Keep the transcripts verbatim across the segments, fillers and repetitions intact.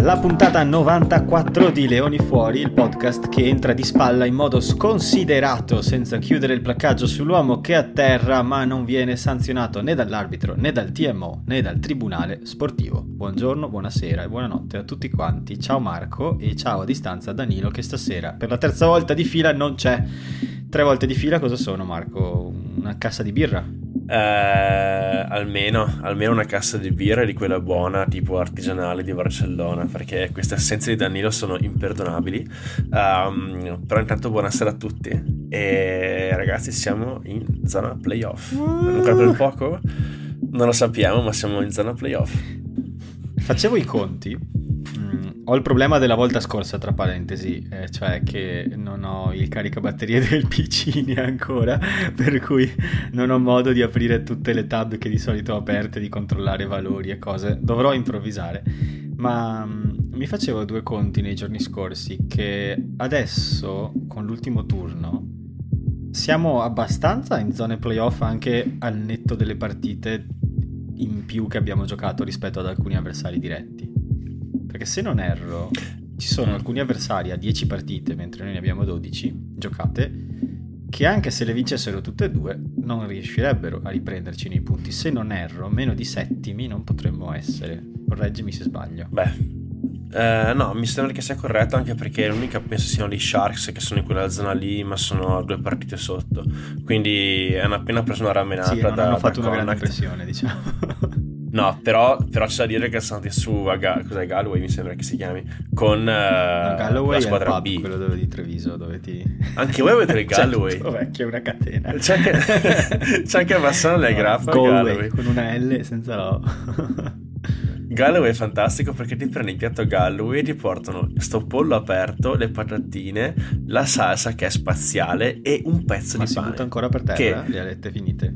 La puntata novantaquattro di Leoni Fuori, il podcast che entra di spalla in modo sconsiderato, senza chiudere il placcaggio sull'uomo che atterra, ma non viene sanzionato né dall'arbitro, né dal T M O, né dal tribunale sportivo. Buongiorno, buonasera e buonanotte a tutti quanti. Ciao Marco e ciao a distanza Danilo, che stasera per la terza volta di fila non c'è. Tre volte di fila cosa sono, Marco? Una cassa di birra? Eh, almeno, almeno una cassa di birra di quella buona, tipo artigianale di Barcellona, perché queste assenze di Danilo sono imperdonabili. Um, però intanto buonasera a tutti e ragazzi, siamo in zona playoff. Ancora per poco? Non lo sappiamo, ma siamo in zona playoff. Facevo i conti. Mm, ho il problema della volta scorsa, tra parentesi, eh, cioè che non ho il caricabatterie del P C ancora, per cui non ho modo di aprire tutte le tab che di solito ho aperte, di controllare valori e cose. Dovrò improvvisare, ma mm, mi facevo due conti nei giorni scorsi che adesso, con l'ultimo turno, siamo abbastanza in zone playoff anche al netto delle partite in più che abbiamo giocato rispetto ad alcuni avversari diretti. Perché se non erro ci sono alcuni avversari a dieci partite mentre noi ne abbiamo dodici giocate che anche se le vincessero tutte e due non riuscirebbero a riprenderci nei punti. Se non erro meno di settimi non potremmo essere. Correggimi se sbaglio. Beh eh, no, mi sembra che sia corretto, anche perché l'unica penso siano gli Sharks che sono in quella zona lì, ma sono a due partite sotto, quindi hanno appena preso una ramenata. Sì, non da, hanno fatto da una grande Connacht. pressione, diciamo. No, però, però c'è da dire che sono andati su a Ga- cos'è, Galloway mi sembra che si chiami, con uh, no, Galloway la squadra è il pub, B. quello dove di Treviso, dove ti... Anche voi avete il Galloway? Certo, vecchio, è una catena. C'è anche, c'è anche a Bassano alle Grappa, Galway, Galloway. con una L senza la O. Galloway è fantastico perché ti prendi il piatto Galloway e ti portano sto pollo aperto, le patatine, la salsa che è spaziale e un pezzo Ma di si pane. butta ancora per terra? Che... Le alette finite?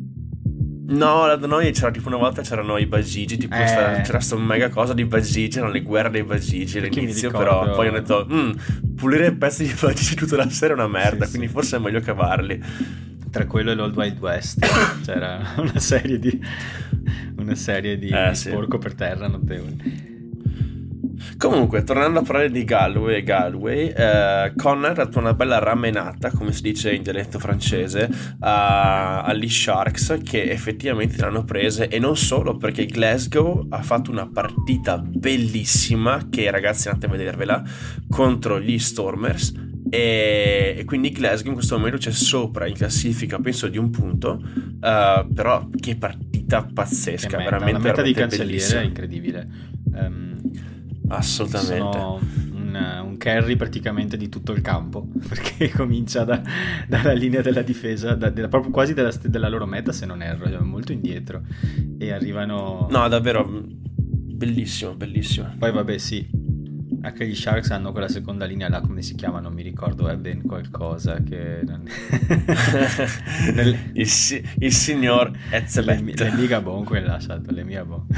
No, da noi c'era tipo una volta c'erano i bagigi, tipo Eh. sta, c'era sta mega cosa di bagigi, erano le guerre dei bagigi Perché mi all'inizio, ricordo- però poi ho detto "Mm, pulire pezzi di bagigi tutta la sera è una merda, Sì, quindi sì. forse è meglio cavarli". Tra quello e l'Old Wild West c'era una serie di una serie di, Eh, di sì. sporco per terra notevole. Comunque, tornando a parlare di Galloway e Galway, eh, Connor ha dato una bella ramenata, come si dice in dialetto francese, a- agli Sharks, che effettivamente l'hanno prese, e non solo, perché Glasgow ha fatto una partita bellissima, che ragazzi andate a vedervela, contro gli Stormers, e, e quindi Glasgow in questo momento c'è sopra in classifica, penso di un punto, eh, però che partita pazzesca, Che meta, veramente, la meta di veramente Cancelliere bellissima. è incredibile. Ehm, Assolutamente. Sono un, un carry praticamente di tutto il campo, perché comincia da, dalla linea della difesa, da, della, proprio quasi della, della loro meta, se non erro, cioè molto indietro, e arrivano... No, davvero bellissimo, bellissimo. Poi vabbè, sì, anche gli Sharks hanno quella seconda linea là, come si chiama, non mi ricordo, è ben qualcosa che... Non... Nel... il, si- il signor le, Etzebet. le miga bon quella lasciato, le mia bon.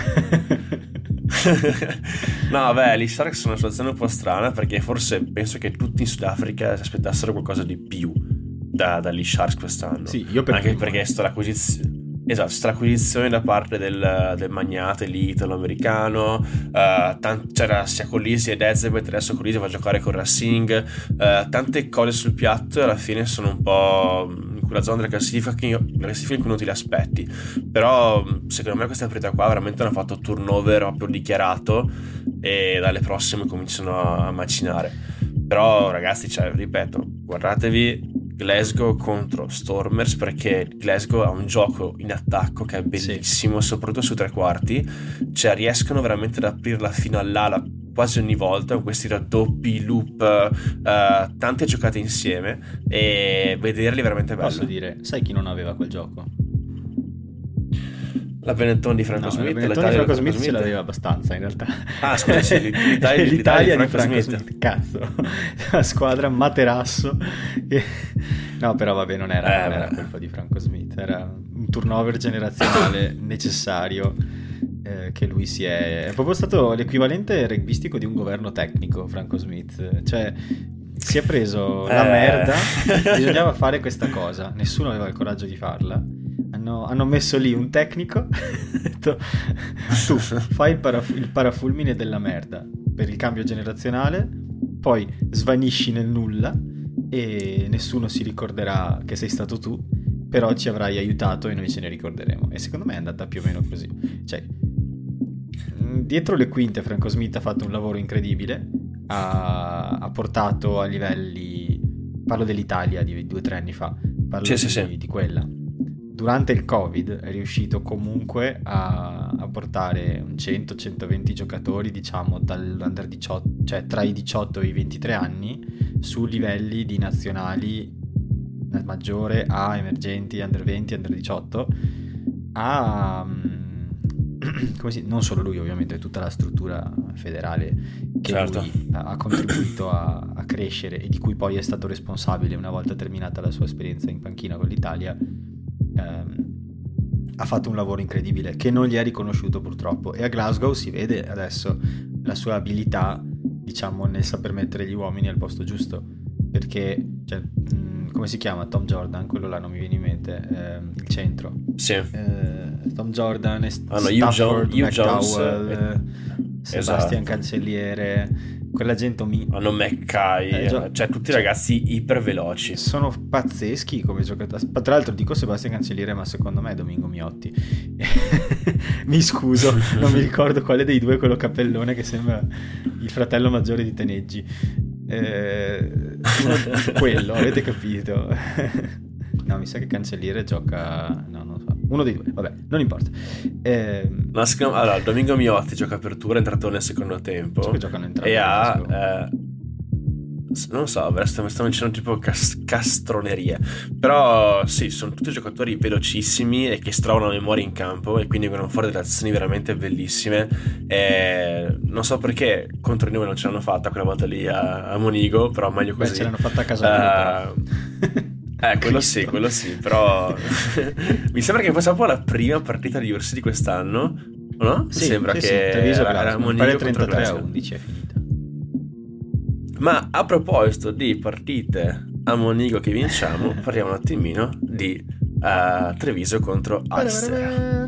No, beh, gli Sharks sono una situazione un po' strana, perché forse penso che tutti in Sudafrica si aspettassero qualcosa di più da, dagli Sharks quest'anno. Sì, io per Anche primo, perché eh. sta l'acquisizione, esatto, sta l'acquisizione da parte del, del magnate lì italo-americano, uh, tant- c'era sia Colisi ed Etzebet, adesso Colisi va a giocare con Racing, uh, tante cose sul piatto, e alla fine sono un po' in quella zona della classifica che io, la classifica in cui non ti li aspetti. Però secondo me questa partita qua veramente hanno fatto turnover proprio dichiarato, e dalle prossime cominciano a macinare. Però ragazzi, cioè, ripeto, guardatevi Glasgow contro Stormers, perché Glasgow ha un gioco in attacco che è bellissimo, sì. Soprattutto sui tre quarti, cioè riescono veramente ad aprirla fino all'ala quasi ogni volta con questi raddoppi, loop, uh, tante giocate insieme, e vederli è veramente bello. Posso dire, sai chi non aveva quel gioco? La Benetton di Franco No, Smith, la Benetton di Franco Smith ce l'aveva abbastanza in realtà. Ah, scusa, sì, l'Italia, l'Italia di di Franco, Franco Smith. Smith. Cazzo, la squadra materasso. No, però vabbè, non era, Eh, non era beh. colpa di Franco Smith, era un turnover generazionale necessario, eh, che lui si è... È proprio stato l'equivalente rugbyistico di un governo tecnico, Franco Smith. Cioè, si è preso la Eh. merda, bisognava fare questa cosa, nessuno aveva il coraggio di farla. Hanno, hanno messo lì un tecnico, ha detto, tu fai il, paraf- il parafulmine della merda, per il cambio generazionale, poi svanisci nel nulla e nessuno si ricorderà che sei stato tu, però ci avrai aiutato e noi ce ne ricorderemo. E secondo me è andata più o meno così. Cioè, dietro le quinte Franco Smith ha fatto un lavoro incredibile, ha, ha portato a livelli, parlo dell'Italia di due o tre anni fa, parlo sì, di, sì, sì. di quella. Durante il Covid è riuscito comunque a, a portare un cento centoventi giocatori, diciamo, dall'under diciotto, cioè tra i diciotto e i ventitré anni, su livelli di nazionali maggiore a emergenti, under venti, under diciotto, a come si, non solo lui ovviamente, tutta la struttura federale che certo. lui ha, ha contribuito a, a crescere e di cui poi è stato responsabile una volta terminata la sua esperienza in panchina con l'Italia. ehm, ha fatto un lavoro incredibile che non gli è riconosciuto purtroppo, e a Glasgow si vede adesso la sua abilità, diciamo, nel saper mettere gli uomini al posto giusto, perché cioè, mh, come si chiama? Tom Jordan, quello là non mi viene in mente, ehm, il centro. Sì. Eh, Tom Jordan, e ah, no, Stafford, Hugh Jones, McDowell, eh, Sebastian esatto. Cancelliere, quella gente mi... hanno Mackay, eh, gio- cioè tutti cioè, ragazzi iperveloci. Sono pazzeschi come giocatori. Tra l'altro dico Sebastian Cancelliere, ma secondo me è Domingo Miotti. Mi scuso, non mi ricordo quale dei due è quello cappellone che sembra il fratello maggiore di Teneggi. Eh, quello, avete capito? No, mi sa che Cancelliere gioca... No, non so. Uno dei due, vabbè, non importa. Eh... No, secondo... Allora, Domingo Miotti gioca apertura, è entrato nel secondo tempo. So che giocano entrambi. E ha... Eh... Non so, stiamo, stiamo dicendo tipo cas- castronerie. Però sì, sono tutti giocatori velocissimi e che stravano la memoria in campo e quindi vengono fuori delle azioni veramente bellissime. E non so perché contro di noi non ce l'hanno fatta quella volta lì a, a Monigo, però meglio così. Beh, ce l'hanno fatta a casa uh, Eh, quello sì, quello sì, però mi sembra che fosse un po' la prima partita di U R C di quest'anno, no? Sì, sembra sì, che sì, Treviso era Monigo trentatré a undici è finita. Ma a proposito di partite a Monigo che vinciamo, parliamo un attimino di uh, Treviso contro Ulster.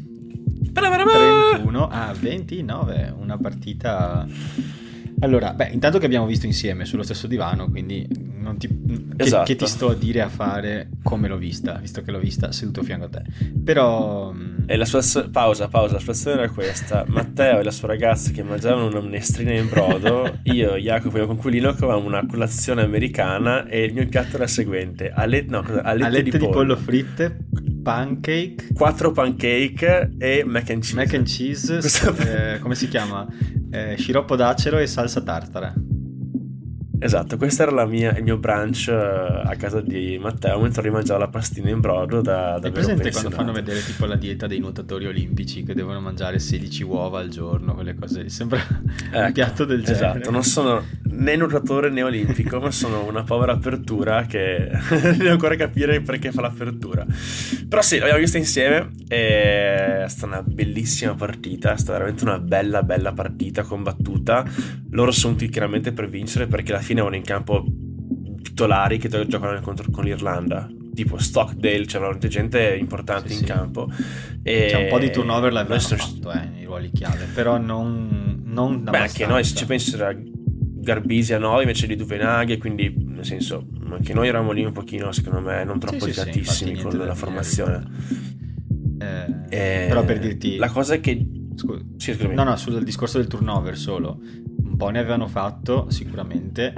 trentuno a ventinove, una partita... Allora, beh, intanto che abbiamo visto insieme sullo stesso divano, quindi non ti, esatto. che, che ti sto a dire a fare come l'ho vista, visto che l'ho vista seduto a fianco a te. Però... E la sua pausa, pausa, la situazione era questa: Matteo e la sua ragazza che mangiavano una minestrina in brodo, io, Jacopo e il mio conquilino che avevamo una colazione americana e il mio piatto era il seguente: Ale- no, cosa? alette, alette di, di pollo. pollo fritte, pancake, quattro pancake e mac and cheese. Mac and cheese, eh, come si chiama? Eh, sciroppo d'acero e salsa tartara. Esatto, questo era la mia, il mio brunch uh, a casa di Matteo mentre rimangiava la pastina in brodo da, da Hai presente quando fanno vedere tipo la dieta dei nuotatori olimpici che devono mangiare sedici uova al giorno, quelle cose lì? Sembra ecco, un piatto del genere. Esatto, non sono né nuotatore né olimpico, ma sono una povera apertura che devo ancora capire perché fa l'apertura. Però sì, l'abbiamo vista insieme e è stata una bellissima partita, è stata veramente una bella bella partita combattuta. Loro sono tutti chiaramente per vincere perché alla fine avevano in campo titolari che giocano contro con l'Irlanda, tipo Stockdale, c'era gente importante sì, in sì. campo e c'è un po' di turnover l'avevano sono... fatto eh, nei ruoli chiave, però non, non beh, anche noi se ci pensi era Garbisi a nove invece di Duvenaghi, quindi nel senso anche noi eravamo lì un pochino secondo me non troppo sì, sì, esattissimi sì, con la formazione eh, e... però per dirti la cosa è che Scusa. Sì, scusami. no no sul discorso del turnover solo un po' ne avevano fatto sicuramente.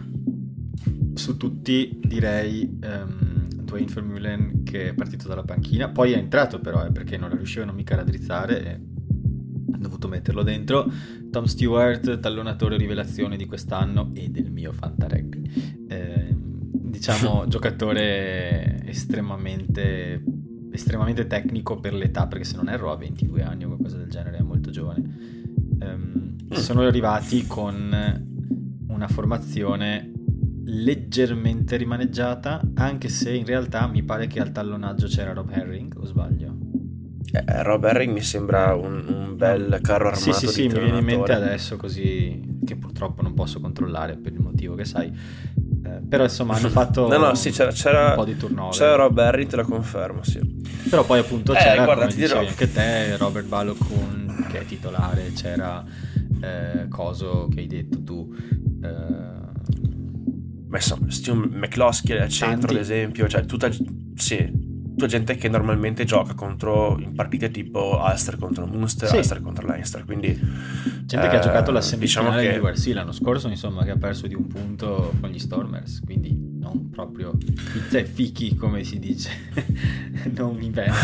Su tutti direi um, Dwayne Vermeulen, che è partito dalla panchina, poi è entrato però eh, perché non riuscivano mica a raddrizzare e ha dovuto metterlo dentro. Tom Stewart, tallonatore rivelazione di quest'anno e del mio Fantarugby, eh, diciamo giocatore estremamente estremamente tecnico per l'età, perché se non erro ha ventidue anni o qualcosa del genere, è molto giovane. Um, mm. Sono arrivati con una formazione leggermente rimaneggiata, anche se in realtà mi pare che al tallonaggio c'era Rob Herring, o sbaglio? Eh, Rob Herring mi sembra un, un bel carro armato. Sì, sì, sì, di mi viene in mente tronatore. adesso così, che purtroppo non posso controllare per il motivo che sai. Eh, però insomma hanno fatto no, no, sì, c'era, c'era, un po' di turnover. C'era Rob Herring, te lo confermo, sì. Però poi appunto eh, c'era, guarda, come ti dicevi dirò. anche te, Robert Balogun che è titolare, c'era eh, coso che hai detto tu, eh, ma insomma, Stu McCloskey al centro, Tanti. ad esempio, cioè tutta, sì, tutta gente che normalmente gioca contro in partite tipo Ulster contro Munster, Sì. Ulster contro Leinster, quindi gente che ha giocato la eh, semifinale diciamo di che U R C l'anno scorso, insomma, che ha perso di un punto con gli Stormers, quindi non proprio pizza e fichi, come si dice, non mi bene.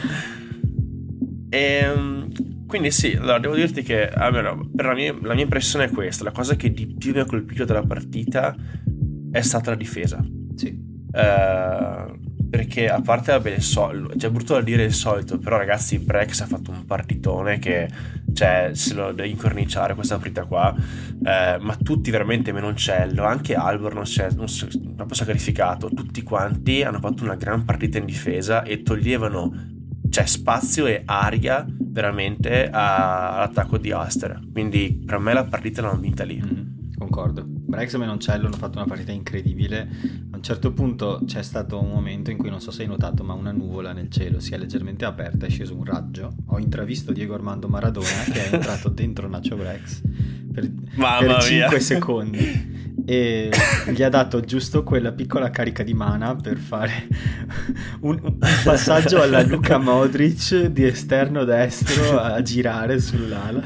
E, quindi sì, allora devo dirti che almeno per la mia, la mia impressione è questa: la cosa che di più mi ha colpito della partita è stata la difesa. Sì. Eh, perché a parte vabbè, il sol- c'è brutto da dire il solito, però ragazzi, Brex ha fatto un partitone che, cioè, se lo deve incorniciare questa partita qua, eh, ma tutti veramente Menoncello, anche Albor non si è non si è proprio sacrificato, tutti quanti hanno fatto una gran partita in difesa e toglievano, cioè, spazio e aria veramente a- all'attacco di Ulster, quindi per me la partita l'hanno vinta lì. Mm, concordo. Brex e Menoncello hanno fatto una partita incredibile. A un certo punto c'è stato un momento in cui, non so se hai notato, ma una nuvola nel cielo si è leggermente aperta, è sceso un raggio. Ho intravisto Diego Armando Maradona che è entrato dentro Nacho Brex per, Mamma per mia. cinque secondi e gli ha dato giusto quella piccola carica di mana per fare un, un passaggio alla Luka Modric di esterno destro a girare sull'ala.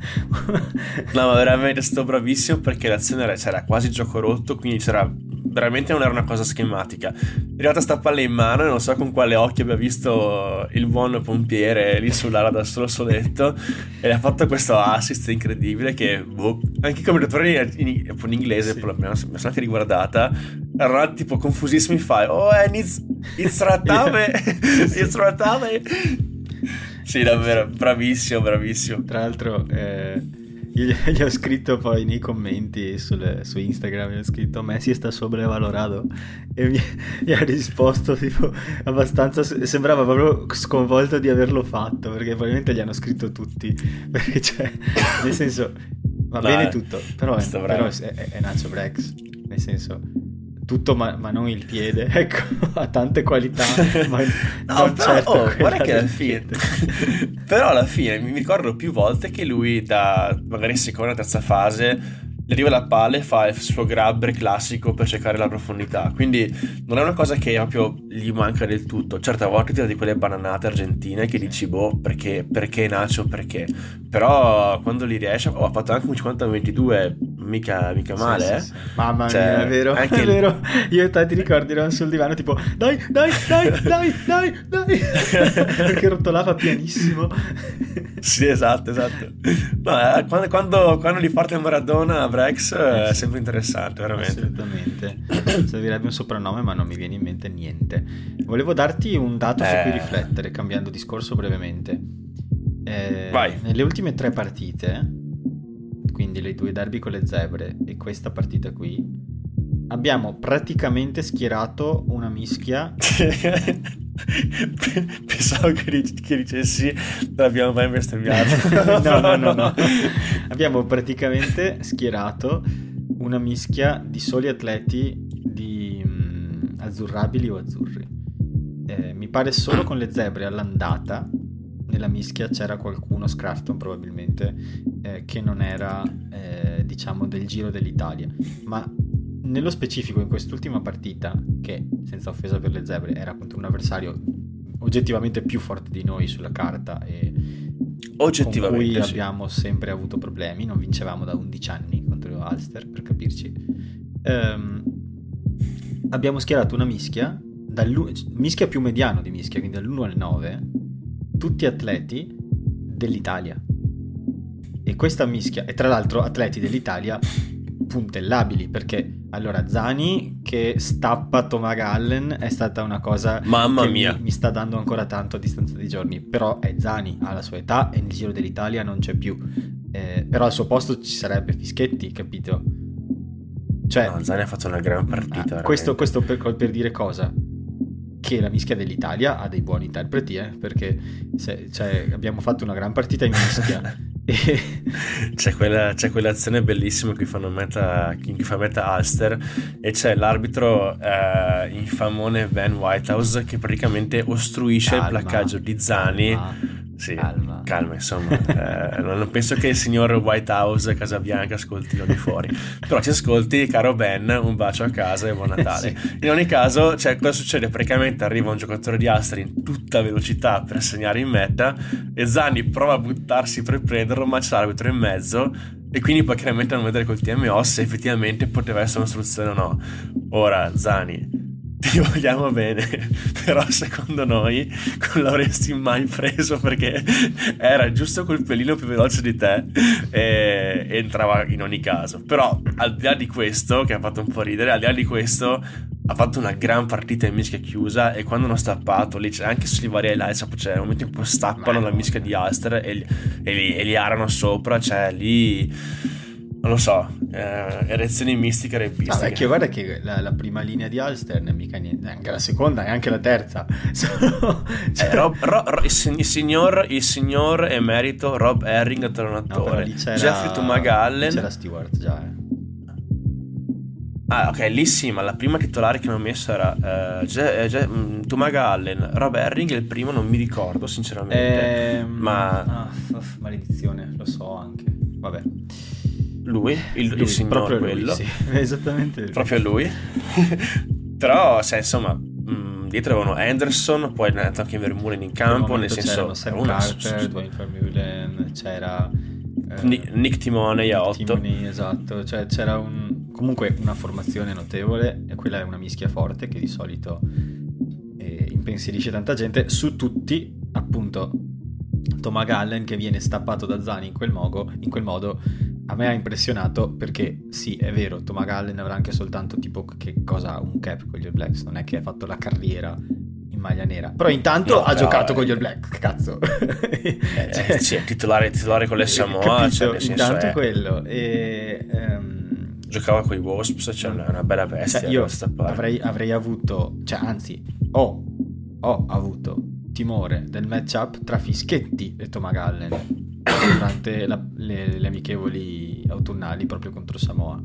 No, ma veramente è stato bravissimo, perché l'azione era, c'era quasi gioco rotto, quindi c'era veramente, non era una cosa schematica. In realtà sta palla in mano e non so con quale occhio abbia visto il buon pompiere lì sull'ala da solo soletto e ha fatto questo assist incredibile che boh, anche i commentatori in, in, in inglese, Sì. per lo meno, mi sono anche riguardata, erano tipo confusissimi, fai oh and it's it's Ratave it's Ratave. Sì, davvero bravissimo, bravissimo. Tra l'altro, eh, io gli ho scritto poi nei commenti sul, su Instagram, gli ho scritto Messi sta sobrevalorato e mi, mi ha risposto tipo abbastanza, sembrava proprio sconvolto di averlo fatto, perché probabilmente gli hanno scritto tutti, perché cioè, nel senso, va No, bene eh, tutto, però, è, sta però bravo. è, è, è Nacho Brex, nel senso tutto ma, ma non il piede, ecco, ha tante qualità, ma No, non però, certo oh, quella guarda che alla del fine piede. però alla fine mi ricordo più volte che lui da magari seconda terza fase gli arriva la palla e fa il suo grabber classico per cercare la profondità, quindi non è una cosa che proprio gli manca del tutto. Certe a volte tira di quelle bananate argentine che dici boh, perché, perché Nacho, perché, però quando li riesce, oh, ha fatto anche un cinquanta ventidue, mica, mica male, Sì, eh. sì, sì. Mamma Cioè, mia, è vero, anche è il- vero. Io e te ti ricordi, eravamo sul divano tipo dai, dai, dai, dai, dai, dai, perché rotolava pianissimo. Sì, esatto, esatto. No, eh, quando, quando, quando gli parte Maradona, Brex, eh, è sempre interessante, veramente. Assolutamente. Servirebbe un soprannome, ma non mi viene in mente niente. Volevo darti un dato su Eh. cui riflettere, cambiando discorso brevemente. Eh, Vai. Nelle ultime tre partite, quindi le due derby con le zebre e questa partita qui, abbiamo praticamente schierato una mischia. Pensavo che, dic- che dicessi l'abbiamo mai bestemmiato. no, no, no, no. Abbiamo praticamente schierato una mischia di soli atleti di mh, azzurrabili o azzurri. Eh, mi pare solo con le zebre all'andata nella mischia c'era qualcuno, Scrafton probabilmente, eh, che non era eh, diciamo del Giro dell'Italia, ma nello specifico in quest'ultima partita, che senza offesa per le zebre era contro un avversario oggettivamente più forte di noi sulla carta e Oggettivamente, con cui sì. abbiamo sempre avuto problemi, non vincevamo da undici anni contro Ulster, per capirci. Ehm, abbiamo schierato una mischia dall'u- mischia più mediano di mischia, quindi dall'uno al nove, tutti atleti dell'Italia, e questa mischia, e tra l'altro atleti dell'Italia puntellabili, perché allora Zani che stappa Thomas Gallen è stata una cosa Mamma che mia. mi, mi sta dando ancora tanto a distanza di giorni, però è Zani, ha la sua età e nel Giro dell'Italia non c'è più, eh, però al suo posto ci sarebbe Fischetti, capito? Cioè, No, Zani ha fatto una gran partita, ah, questo, veramente. questo per, per dire cosa? Che la mischia dell'Italia ha dei buoni interpreti, eh, perché se, cioè, abbiamo fatto una gran partita in mischia e C'è, quella, c'è quell'azione bellissima in cui fanno meta, in cui fa meta Ulster e c'è l'arbitro eh, infamone Ben Whitehouse che praticamente ostruisce Calma, il placcaggio di Zani calma. Sì, calma, calma insomma. eh, non penso che il signor White House Casabianca ascolti di fuori, però ci ascolti, caro Ben, un bacio a casa e buon Natale. Sì. In ogni caso, cioè, cosa succede? Praticamente arriva un giocatore di Ulster in tutta velocità per segnare in meta e Zani prova a buttarsi per prenderlo, ma c'è l'arbitro in mezzo e quindi poi chiaramente non vedere col T M O se effettivamente poteva essere una soluzione o no. Ora Zani, ti vogliamo bene, però secondo noi non l'avresti mai preso perché era giusto quel pelino più veloce di te e entrava in ogni caso. Però al di là di questo, che ha fatto un po' ridere, al di là di questo ha fatto una gran partita in mischia chiusa e quando hanno stappato lì, anche sui vari highlights, c'è un momento in cui stappano la mischia di Ulster e, e, li, e li arano sopra, cioè lì non lo so, eh, erezioni mistiche repistiche. No, vecchio, guarda che la, la prima linea di Ulster non è mica niente, anche la seconda e anche la terza. Sono, cioè... eh, Rob, Ro, Ro, il, signor, il signor emerito Rob Herring, tornatore, no, Jeffrey Tumagallen. C'era Stewart già, eh. Ah, ok, lì sì, ma la prima titolare che hanno messo era uh, Ge- Ge- Tumagallen, Rob Herring, e il primo non mi ricordo sinceramente. Ehm... Ma ah, f- maledizione, lo so anche. Vabbè. Lui, il, lui, il signor proprio quello. Lui, sì. Esattamente lui. Proprio lui. Però, se insomma, mh, dietro avevano Anderson, poi è andato anche Vermeulen in campo, nel senso Sam Carter, s- Dwayne Vermeulen, c'era eh, Nick, Nick Timoney a otto. Timoney, esatto, cioè c'era un, comunque una formazione notevole e quella è una mischia forte che di solito eh, impensierisce tanta gente. Su tutti, appunto, Tumagallen che viene stappato da Zani in quel modo, in quel modo a me ha impressionato perché sì, è vero, Tumagallen avrà anche soltanto tipo che cosa un cap con gli All Blacks, non è che ha fatto la carriera in maglia nera, però intanto no, ha però giocato è... con gli All Blacks, cazzo. Eh, cioè, sì, è titolare, titolare con le Samoa, capito, cioè, nel senso intanto è... quello e um... giocava con i Wasps, cioè una, una bella bestia, cioè, io avrei, avrei avuto, cioè anzi ho, ho avuto timore del matchup tra Fischetti e Tumagallen durante la, le, le amichevoli autunnali proprio contro Samoa.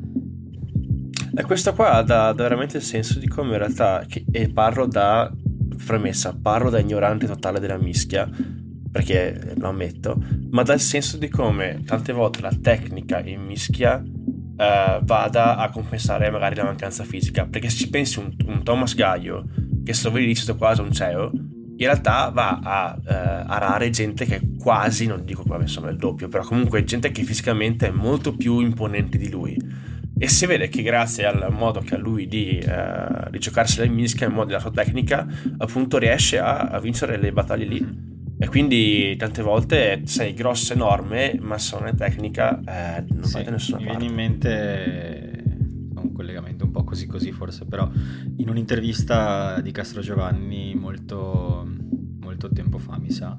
E questo qua dà, dà veramente il senso di come in realtà, che, e parlo da premessa, parlo da ignorante totale della mischia, perché lo ammetto, ma dà il senso di come tante volte la tecnica in mischia eh, vada a compensare magari la mancanza fisica, perché se ci pensi un, un Thomas Gaio, che se lo vedi dice quasi un C E O, in realtà va a uh, arare gente che quasi, non dico qua insomma il doppio, però comunque gente che fisicamente è molto più imponente di lui, e si vede che grazie al modo che ha lui di, uh, di giocarsi la mischia, in modo della sua tecnica, appunto riesce a, a vincere le battaglie lì. E quindi tante volte sei grossa, enorme, ma se non è tecnica eh, non sì, vai da nessuna mi parte. Mi viene in mente un collegamento un po' così così forse, però in un'intervista di Castro Giovanni molto, molto tempo fa mi sa,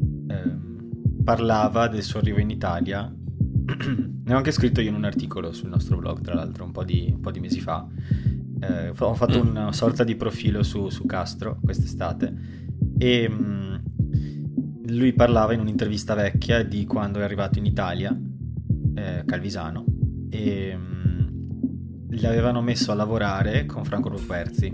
ehm, parlava del suo arrivo in Italia. Ne ho anche scritto io in un articolo sul nostro blog, tra l'altro un po' di, un po' di mesi fa. Eh, ho fatto mm. una sorta di profilo su, su Castro quest'estate e mh, lui parlava in un'intervista vecchia di quando è arrivato in Italia, eh, Calvisano, e mh, gli avevano messo a lavorare con Franco Ruperzi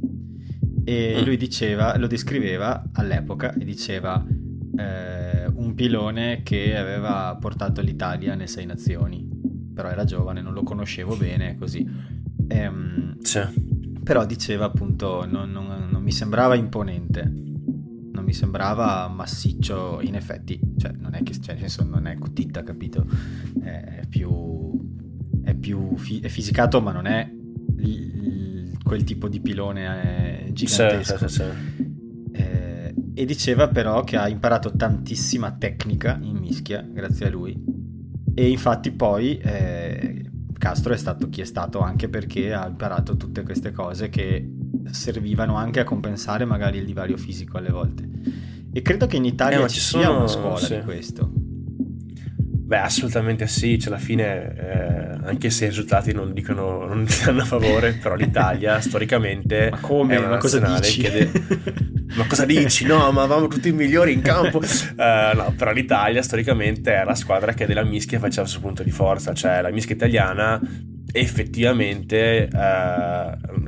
e lui diceva, lo descriveva all'epoca e diceva eh, un pilone che aveva portato l'Italia nelle Sei Nazioni, però era giovane, non lo conoscevo bene così. Ehm, sì. Però diceva appunto non, non, non mi sembrava imponente, non mi sembrava massiccio, in effetti, cioè non è che, cioè, nel senso, non è cutitta, capito, è più è più fi- è fisicato, ma non è l- l- quel tipo di pilone gigantesco. Sì, sì, sì. Eh, e diceva però che ha imparato tantissima tecnica in mischia grazie a lui, e infatti poi eh, Castro è stato chi è stato anche perché ha imparato tutte queste cose che servivano anche a compensare magari il divario fisico alle volte, e credo che in Italia eh, ci ci sia sono, una scuola sì. di questo. Beh, assolutamente sì, cioè alla fine eh, anche se i risultati non dicono, non danno a favore, però l'Italia storicamente ma come? è una ma cosa nazionale dici? che de- ma cosa dici? No, ma avevamo tutti i migliori in campo. Uh, no, però l'Italia storicamente è la squadra che della mischia faceva il suo punto di forza, cioè la mischia italiana effettivamente uh,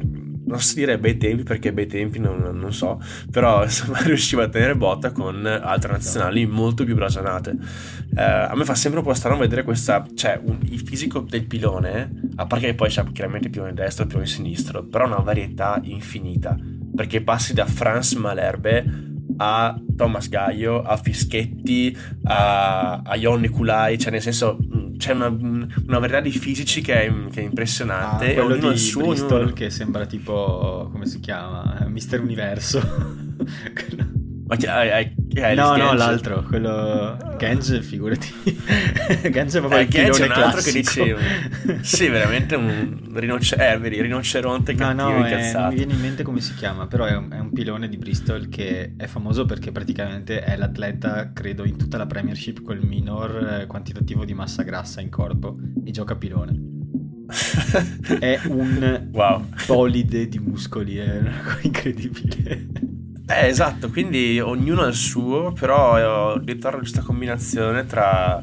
non so dire bei tempi, perché bei tempi non, non so, però insomma riusciva a tenere botta con altre nazionali molto più blasonate. Eh, a me fa sempre un po' strano vedere questa, cioè un, il fisico del pilone, a parte che poi c'è chiaramente il pilone destro e il pilone sinistro, però una varietà infinita, perché passi da Franz Malherbe a Thomas Gaio, a Fischetti, a, a Ion Nicolai, cioè nel senso c'è una, una varietà di fisici che è, che è impressionante. Ah, quello ognuno di il suo, Bristol ognuno... che sembra tipo, come si chiama? Mister Universo. Ma chi hai, hai, chi hai no, il no, Genge? l'altro, quello Genge, figurati. Genge è proprio Eh, il Genge pilone è un altro che classico. dicevo. Sì, veramente un rinoce- eh, vedi, rinoceronte No, cattivo no, è, non incazzato. mi viene in mente come si chiama, però è un, è un pilone di Bristol che è famoso perché praticamente è l'atleta, credo, in tutta la Premiership col minor eh, quantitativo di massa grassa in corpo e gioca a pilone. È un Wow. bolide di muscoli, è una cosa incredibile. Eh, esatto, quindi ognuno ha il suo, però eh, ritorno a questa combinazione tra...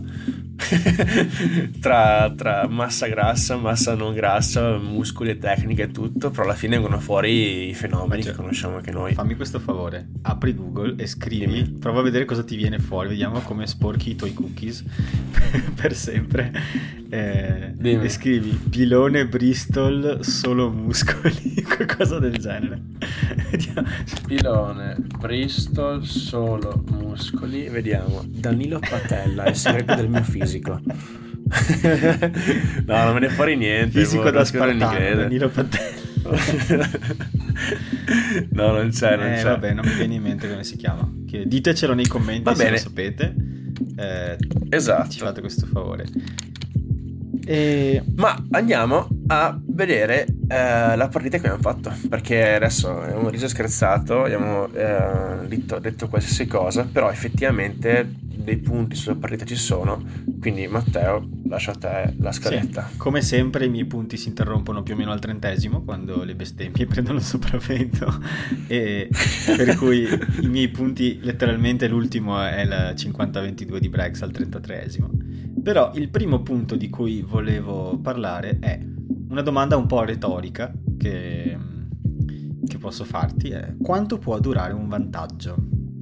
tra, tra massa grassa, massa non grassa, muscoli e tecnica e tutto, però alla fine vengono fuori i fenomeni Cioè, che conosciamo anche noi. fammi questo favore, apri Google e scrivi, Dimmi. prova a vedere cosa ti viene fuori, vediamo come sporchi i tuoi cookies per sempre. Eh, Dimmi. e scrivi pilone Bristol solo muscoli, qualcosa del genere. Vediamo. Pilone Bristol solo muscoli, vediamo. Danilo Patella, il segreto del mio fisico. No, non me ne fuori niente. Fisico boh, da non scrivo in Spartano, inglese. Danilo Patella. No, non c'è, non Eh, c'è. vabbè, non mi viene in mente come si chiama. Che- ditecelo nei commenti Va se bene. lo sapete. Eh, Esatto. Ci fate questo favore. E... Ma andiamo a vedere eh, la partita che abbiamo fatto, perché adesso abbiamo riso e scherzato, abbiamo eh, detto, detto qualsiasi cosa, però effettivamente dei punti sulla partita ci sono, quindi Matteo, lascio a te la scaletta. Sì, come sempre i miei punti si interrompono più o meno al trentesimo, quando le bestemmie prendono il sopravvento, e per cui i miei punti, letteralmente l'ultimo è il cinquanta ventidue di Brex al trentatreesimo. Però il primo punto di cui volevo parlare è una domanda un po' retorica che, che posso farti, è: quanto può durare un vantaggio?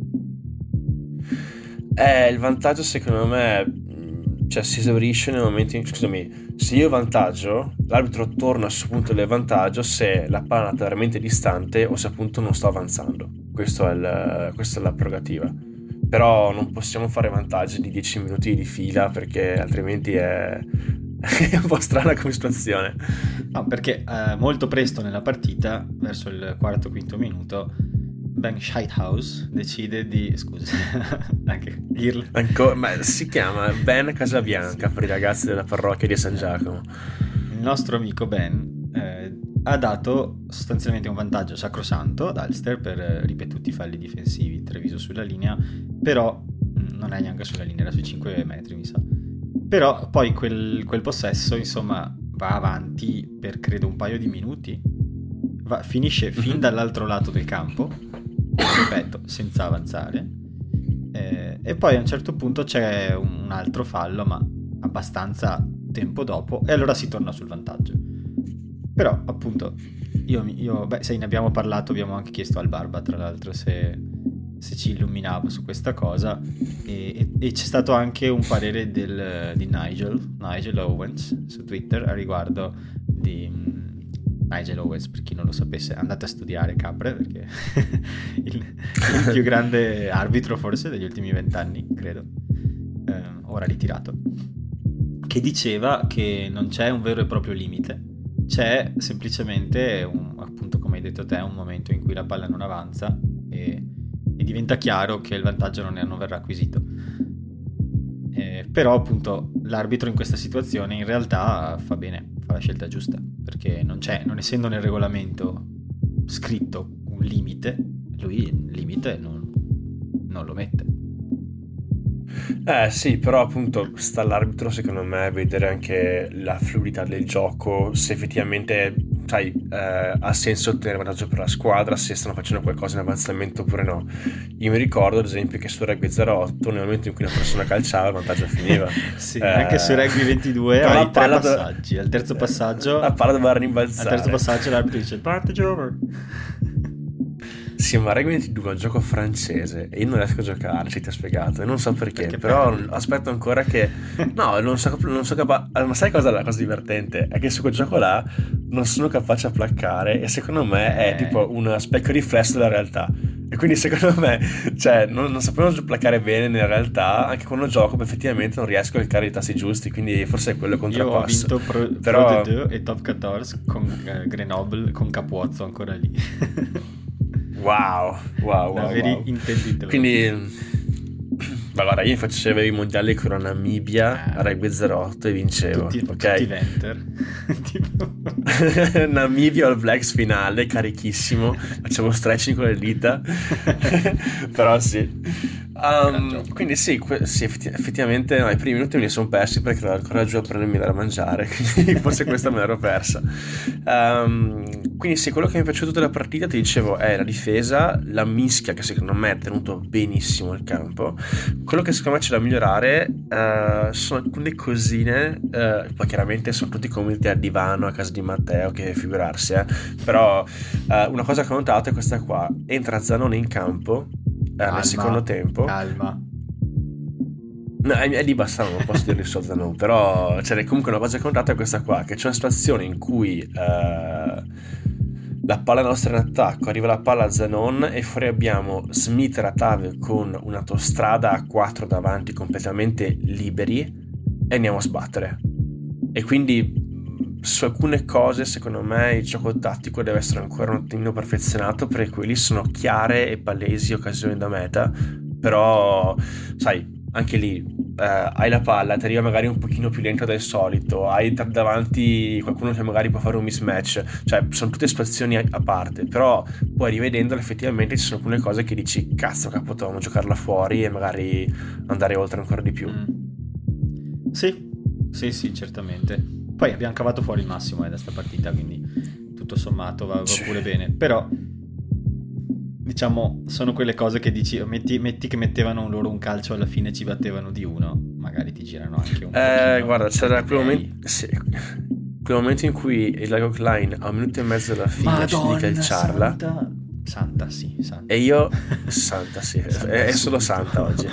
Eh, il vantaggio secondo me, mh, cioè si esaurisce nel momento in... Scusami, se io vantaggio, l'arbitro torna sul punto del vantaggio se la palla è andata veramente distante o se appunto non sto avanzando. Questo è il, questa è la prerogativa. Però non possiamo fare vantaggi di dieci minuti di fila, perché altrimenti è, è un po' strana come situazione. No, perché eh, molto presto nella partita, verso il quarto quinto minuto, Ben Scheithaus decide di... scusa, anche dirlo. Ancora, ma si chiama Ben Casabianca per i ragazzi della parrocchia di San Giacomo. Il nostro amico Ben eh, ha dato sostanzialmente un vantaggio sacrosanto ad Ulster per eh, ripetuti falli difensivi, Treviso sulla linea, però mh, non è neanche sulla linea, era sui cinque metri mi sa. Però poi quel, quel possesso insomma va avanti per credo un paio di minuti, va, finisce fin Mm-hmm. dall'altro lato del campo, ripeto, senza avanzare, eh, e poi a un certo punto c'è un, un altro fallo, ma abbastanza tempo dopo, e allora si torna sul vantaggio. Però appunto io, io beh, se ne abbiamo parlato, abbiamo anche chiesto al Barba tra l'altro se, se ci illuminava su questa cosa, e, e, e c'è stato anche un parere del, di Nigel Nigel Owens su Twitter a riguardo di Nigel Owens, per chi non lo sapesse andate a studiare, capre, perché il, il più grande arbitro forse degli ultimi vent'anni credo, eh, ora ritirato, che diceva che non c'è un vero e proprio limite, c'è semplicemente un, appunto come hai detto te, un momento in cui la palla non avanza e, e diventa chiaro che il vantaggio non, è, non verrà acquisito. Eh, però appunto l'arbitro in questa situazione in realtà fa bene, fa la scelta giusta, perché non c'è, non essendo nel regolamento scritto un limite, lui il limite non, non lo mette. Eh sì, però appunto sta all'arbitro secondo me vedere anche la fluidità del gioco, se effettivamente sai, eh, ha senso ottenere vantaggio per la squadra se stanno facendo qualcosa in avanzamento oppure no. Io mi ricordo ad esempio che su Rugby zero otto nel momento in cui una persona calciava il vantaggio finiva. Sì, eh, anche su Rugby ventidue però hai la tre palla do- passaggi, al terzo passaggio la palla doveva al rimbalzare. terzo passaggio l'arbitro dice advantage over. Sì, ma Rugby ventidue è un gioco francese e io non riesco a giocarci, ti ho spiegato, e non so perché, Perché però perdi. aspetto ancora che... No, non so, non so capace... Ma sai cosa è la cosa divertente? È che su quel gioco là non sono capace a placcare e secondo me è Eh. tipo un specchio riflesso della realtà. E quindi secondo me, cioè, non, non sapevo placcare bene nella realtà, anche quando gioco effettivamente non riesco a cliccare i tasti giusti, quindi forse è quello il Io ho contrappasso. vinto Pro, Però- Pro de deux e Top quattordici con eh, Grenoble con Capuozzo ancora lì. Wow, wow, Da wow, veri wow. intenditori. Quindi... Ma guarda, io facevo i mondiali con la Namibia a Rugby zero otto e vincevo, tutti, ok? tutti Venter. Tipo... Namibia All Blacks finale, carichissimo, facevo stretching con le dita. Però sì. Um, quindi sì, que- sì effetti- effettivamente no, i primi minuti me li sono persi perché ero ancora giù a prendermi da mangiare, quindi forse questa me l'ero persa. Um, quindi sì, quello che mi è piaciuto della partita, ti dicevo, è la difesa, la mischia che secondo me è tenuto benissimo il campo. Quello che secondo me c'è da migliorare uh, sono alcune cosine, uh, poi chiaramente sono tutti convinti al divano a casa di Matteo, che figurarsi, eh. Però uh, una cosa che ho notato è questa qua: entra Zanone in campo uh, Calma, nel secondo tempo. Calma. No, è, è di Bassano, non posso dirlo sotto no, però cioè, comunque una cosa che ho notato è questa qua, che c'è una situazione in cui uh, la palla nostra in attacco, arriva la palla a Zanon e fuori abbiamo Smith e Ratave con un'autostrada a quattro davanti completamente liberi e andiamo a sbattere. E quindi su alcune cose secondo me il gioco tattico deve essere ancora un attimino perfezionato, perché quelli sono chiare e palesi occasioni da meta, però sai, anche lì eh, hai la palla, ti arriva magari un pochino più lento del solito, hai da- davanti qualcuno che magari può fare un mismatch, cioè sono tutte situazioni a, a parte, però poi rivedendole effettivamente ci sono alcune cose che dici cazzo che potevamo giocarla fuori e magari andare oltre ancora di più. Mm. Sì, sì, sì, certamente. Poi abbiamo cavato fuori il massimo eh, da sta partita, quindi tutto sommato va, va Sì. pure bene. Però diciamo sono quelle cose che dici metti, metti che mettevano loro un calcio alla fine ci battevano di uno, magari ti girano anche un Eh, pochino, guarda, c'era perché quel lei- momento, sì, quel momento in cui il Lagok Line a un minuto e mezzo dalla fine decide di Madonna calciarla santa, santa sì, santa. e io santa sì, Santa è, è solo subito. santa oggi.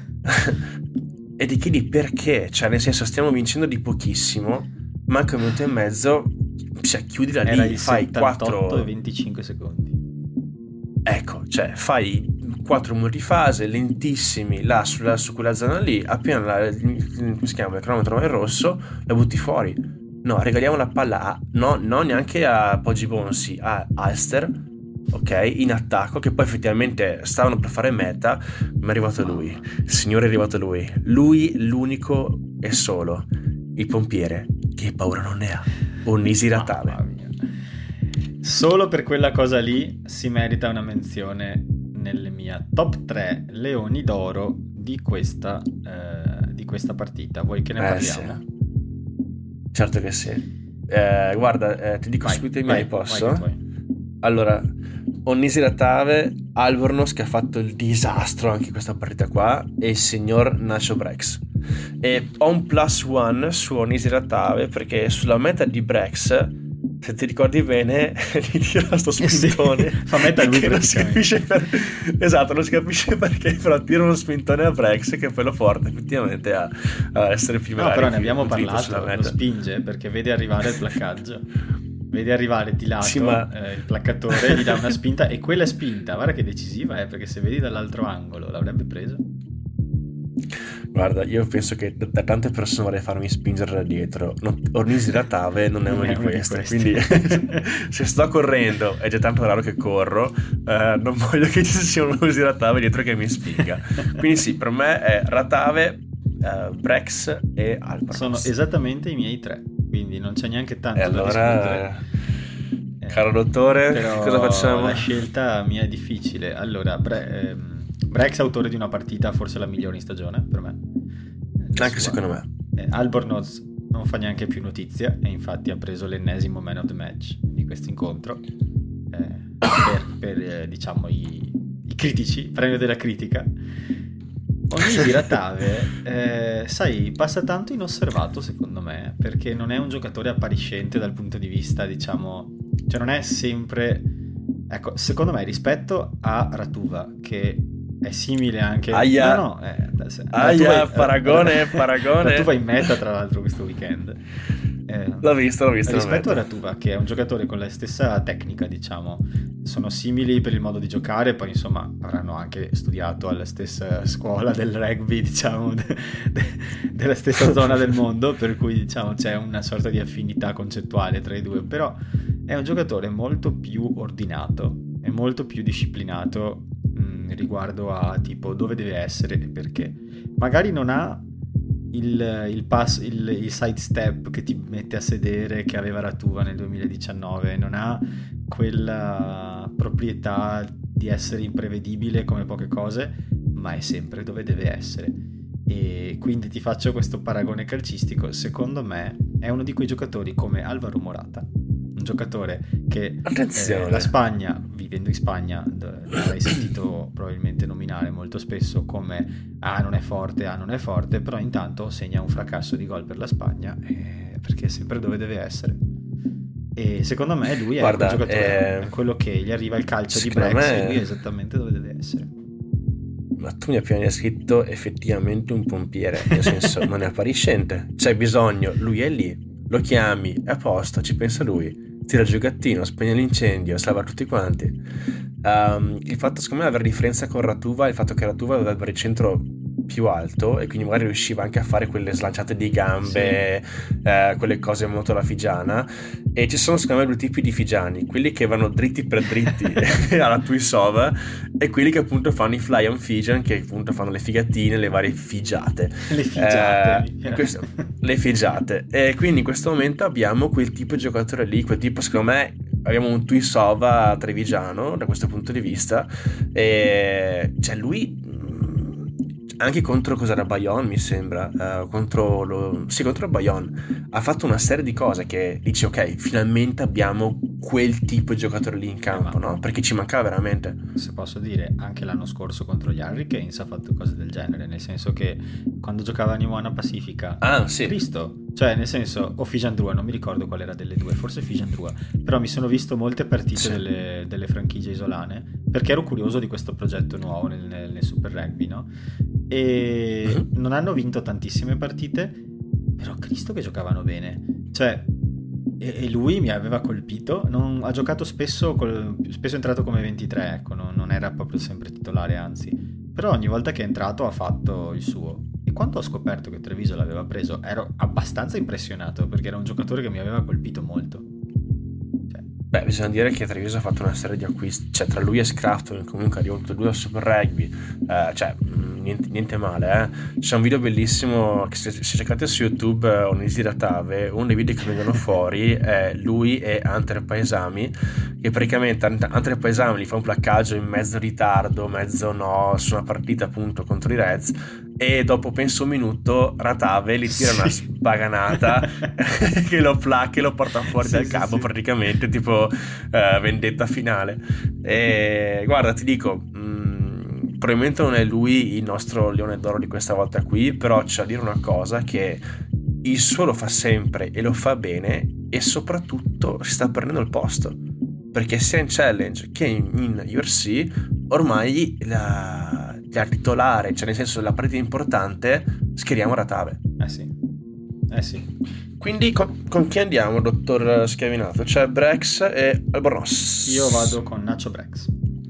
E ti chiedi perché, cioè nel senso stiamo vincendo di pochissimo, manca un minuto e mezzo, cioè chiudila Era lì, il fai settantotto quattro e venticinque secondi. ecco, cioè fai quattro muri di fase lentissimi là sulla, su quella zona lì, appena la, come si chiama, il cronometro va in rosso, la butti fuori. No, regaliamo la palla a, no, non neanche a Poggi Bonsi, a Alster, ok, in attacco, che poi effettivamente stavano per fare meta, ma è arrivato lui, il signore è arrivato lui, lui l'unico e solo, il pompiere, che paura non ne ha, Onnisi Ratave. Mamma mia. Solo per quella cosa lì si merita una menzione nelle mie top tre leoni d'oro di questa, eh, di questa partita. Vuoi che ne Eh, parliamo? sì. Certo che sì. Eh, guarda, eh, ti dico Vai, subito i vai, miei, posso? vai che vuoi. Allora, Onnisi Ratave, Albornoz che ha fatto il disastro anche in questa partita qua, e il signor Nacho Brex. E ho un plus one su Onnisi Ratave perché sulla meta di Brex, se ti ricordi bene, gli tira sto spintone. Eh sì, fa meta lui che non si capisce per... Esatto, non si capisce perché, però tira uno spintone a Brex che poi lo porta effettivamente a, a essere più No, magari però ne più abbiamo nutrito sulla parlato, lo meta. spinge perché vede arrivare il placcaggio. Vede arrivare di lato Sì, ma- eh, il placcatore, gli dà una spinta e quella spinta, guarda che decisiva, eh, perché se vedi dall'altro angolo l'avrebbe preso. Guarda, io penso che da, da tante persone vorrei farmi spingere da dietro. Non, Onnisi Ratave non è una di queste, quindi se sto correndo, è già tanto raro che corro, eh, non voglio che ci sia un Onnisi Ratave dietro che mi spinga. Quindi sì, per me è Ratave, eh, Brex e Albornoz. Sono esattamente i miei tre, quindi non c'è neanche tanto E da allora, discutere. eh, caro dottore, Però cosa facciamo? la scelta mia è difficile. Allora, Bre- ehm, Brex autore di una partita forse la migliore in stagione per me. Anche secondo me. Eh, Albornoz non fa neanche più notizia e infatti ha preso l'ennesimo man of the match di questo incontro eh, per, per eh, diciamo i, i critici, premio della critica. Onisi Ratave eh, sai, passa tanto inosservato secondo me, perché non è un giocatore appariscente dal punto di vista, diciamo, cioè non è sempre, ecco, secondo me rispetto a Ratuva, che è simile anche Aia, no, no, eh, Aia vai, paragone, paragone. Ratuva in meta tra l'altro questo weekend. Eh, l'ho visto, l'ho visto. Rispetto a Ratuva, che è un giocatore con la stessa tecnica, diciamo, sono simili per il modo di giocare, poi insomma avranno anche studiato alla stessa scuola del rugby, diciamo, de- de- della stessa zona del mondo, per cui diciamo c'è una sorta di affinità concettuale tra i due, però è un giocatore molto più ordinato e molto più disciplinato mh, riguardo a tipo dove deve essere e perché. Magari non ha il, il pass, il, il side step che ti mette a sedere che aveva Ratuva nel duemiladiciannove, non ha quella proprietà di essere imprevedibile come poche cose, ma è sempre dove deve essere. E quindi ti faccio questo paragone calcistico. Secondo me è uno di quei giocatori come Alvaro Morata, un giocatore che eh, la Spagna, vivendo in Spagna, l'hai sentito probabilmente nominare molto spesso come ah non è forte, ah non è forte, però intanto segna un fracasso di gol per la Spagna eh, perché è sempre dove deve essere. E secondo me lui è Guarda, quel giocatore, eh, è quello che gli arriva il calcio di Brex me... e lui è esattamente dove deve essere. Ma tu mi hai appena descritto effettivamente un pompiere, nel senso non è appariscente, c'è bisogno, lui è lì, lo chiami, è a posto, ci pensa lui, tira il giocattino, spegne l'incendio, salva tutti quanti. Um, il fatto secondo me avere differenza con Ratuva è il fatto che Ratuva doveva avere il centro più alto e quindi magari riusciva anche a fare quelle slanciate di gambe, sì. eh, quelle cose molto alla figiana. E ci sono secondo me due tipi di figiani, quelli che vanno dritti per dritti alla Tuisova e quelli che appunto fanno i fly on figian, che appunto fanno le figatine, le varie figiate, le figiate eh, questo, le figiate. E quindi in questo momento abbiamo quel tipo di giocatore lì, quel tipo secondo me abbiamo un Tuisova trevigiano da questo punto di vista, e cioè lui anche contro cos'era Bayonne mi sembra uh, contro lo sì contro il Bayonne ha fatto una serie di cose che dici ok, finalmente abbiamo quel tipo di giocatore lì in campo, eh, no? Perché ci mancava veramente. Se posso dire, anche l'anno scorso contro gli Hurricanes ha fatto cose del genere, nel senso che quando giocava a Niuana Pacifica, ah sì, Cristo, cioè nel senso, o Fijan Drua, non mi ricordo qual era delle due, forse Fijan Drua, però mi sono visto molte partite sì. delle, delle franchigie isolane, perché ero curioso di questo progetto nuovo nel, nel, nel Super Rugby, no? E mm-hmm. non hanno vinto tantissime partite, però Cristo che giocavano bene, cioè e, e lui mi aveva colpito. Non, ha giocato spesso col, spesso è entrato come ventitré, ecco, non, non era proprio sempre titolare, anzi, però ogni volta che è entrato ha fatto il suo. E quando ho scoperto che Treviso l'aveva preso ero abbastanza impressionato, perché era un giocatore che mi aveva colpito molto. Beh, bisogna dire che Treviso ha fatto una serie di acquisti, cioè tra lui e Scrafton comunque arrivano tutti e due al Super Rugby, eh, cioè niente, niente male, eh. C'è un video bellissimo che se, se cercate su YouTube uh, Onisi Ratave, uno dei video che vengono fuori è lui e Hunter Paesami, che praticamente Hunter Paesami gli fa un placcaggio in mezzo ritardo, mezzo no, su una partita appunto contro i Reds, e dopo penso un minuto Ratave gli tira sì. una spaganata che lo pla- che lo porta fuori sì, dal sì, campo sì. praticamente, tipo uh, vendetta finale. E guarda, ti dico, mh, probabilmente non è lui il nostro leone d'oro di questa volta qui, però c'è da dire una cosa, che il suo lo fa sempre e lo fa bene, e soprattutto si sta prendendo il posto, perché sia in challenge che in, in U R C ormai la, la titolare, cioè nel senso la partita importante, schieriamo Ratave. Eh sì, eh sì. Quindi con, con chi andiamo, dottor Schiavinato? C'è Brex e Albornoz. Io vado con Nacho Brex.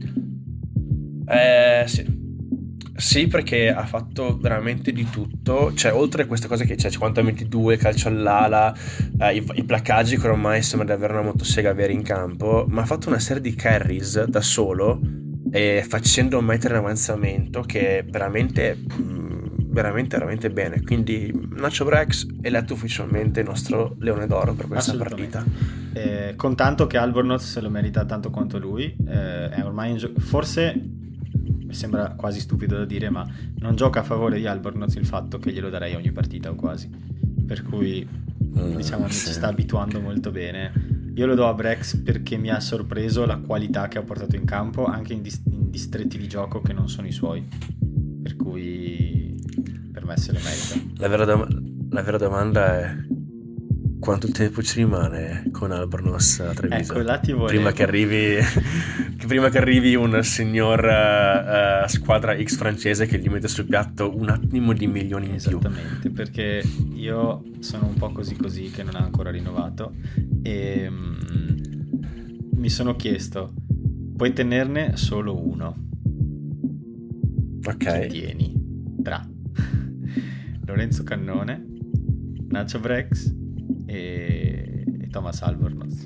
Eh sì. Sì, perché ha fatto veramente di tutto. Cioè, oltre a queste cose che c'è cinquanta ventidue, calcio all'ala, eh, i, i placcaggi che ormai sembra di avere una motosega vera in campo, ma ha fatto una serie di carries da solo, e facendo un metro in avanzamento che veramente veramente veramente bene. Quindi Nacho Brex eletto ufficialmente il nostro leone d'oro per questa partita, eh, con tanto che Albornoz se lo merita tanto quanto lui. Eh, è ormai in gio- forse mi sembra quasi stupido da dire, ma non gioca a favore di Albornoz il fatto che glielo darei ogni partita o quasi, per cui diciamo mi sì. ci sta abituando molto bene. Io lo do a Brex perché mi ha sorpreso la qualità che ha portato in campo anche in, dis- in distretti di gioco che non sono i suoi, per cui per me se lo merita. La vera, dom- la vera domanda è quanto tempo ci rimane con Albornoz a Treviso? Ecco, là ti volevo. Prima che arrivi prima che arrivi un signor uh, uh, squadra X francese che gli mette sul piatto un attimo di milioni in più. Esattamente, perché io sono un po' così così che non ha ancora rinnovato e mm, mi sono chiesto, puoi tenerne solo uno, Ok. chi tieni tra Lorenzo Cannone, Nacho Brex e, e Thomas Albornoz?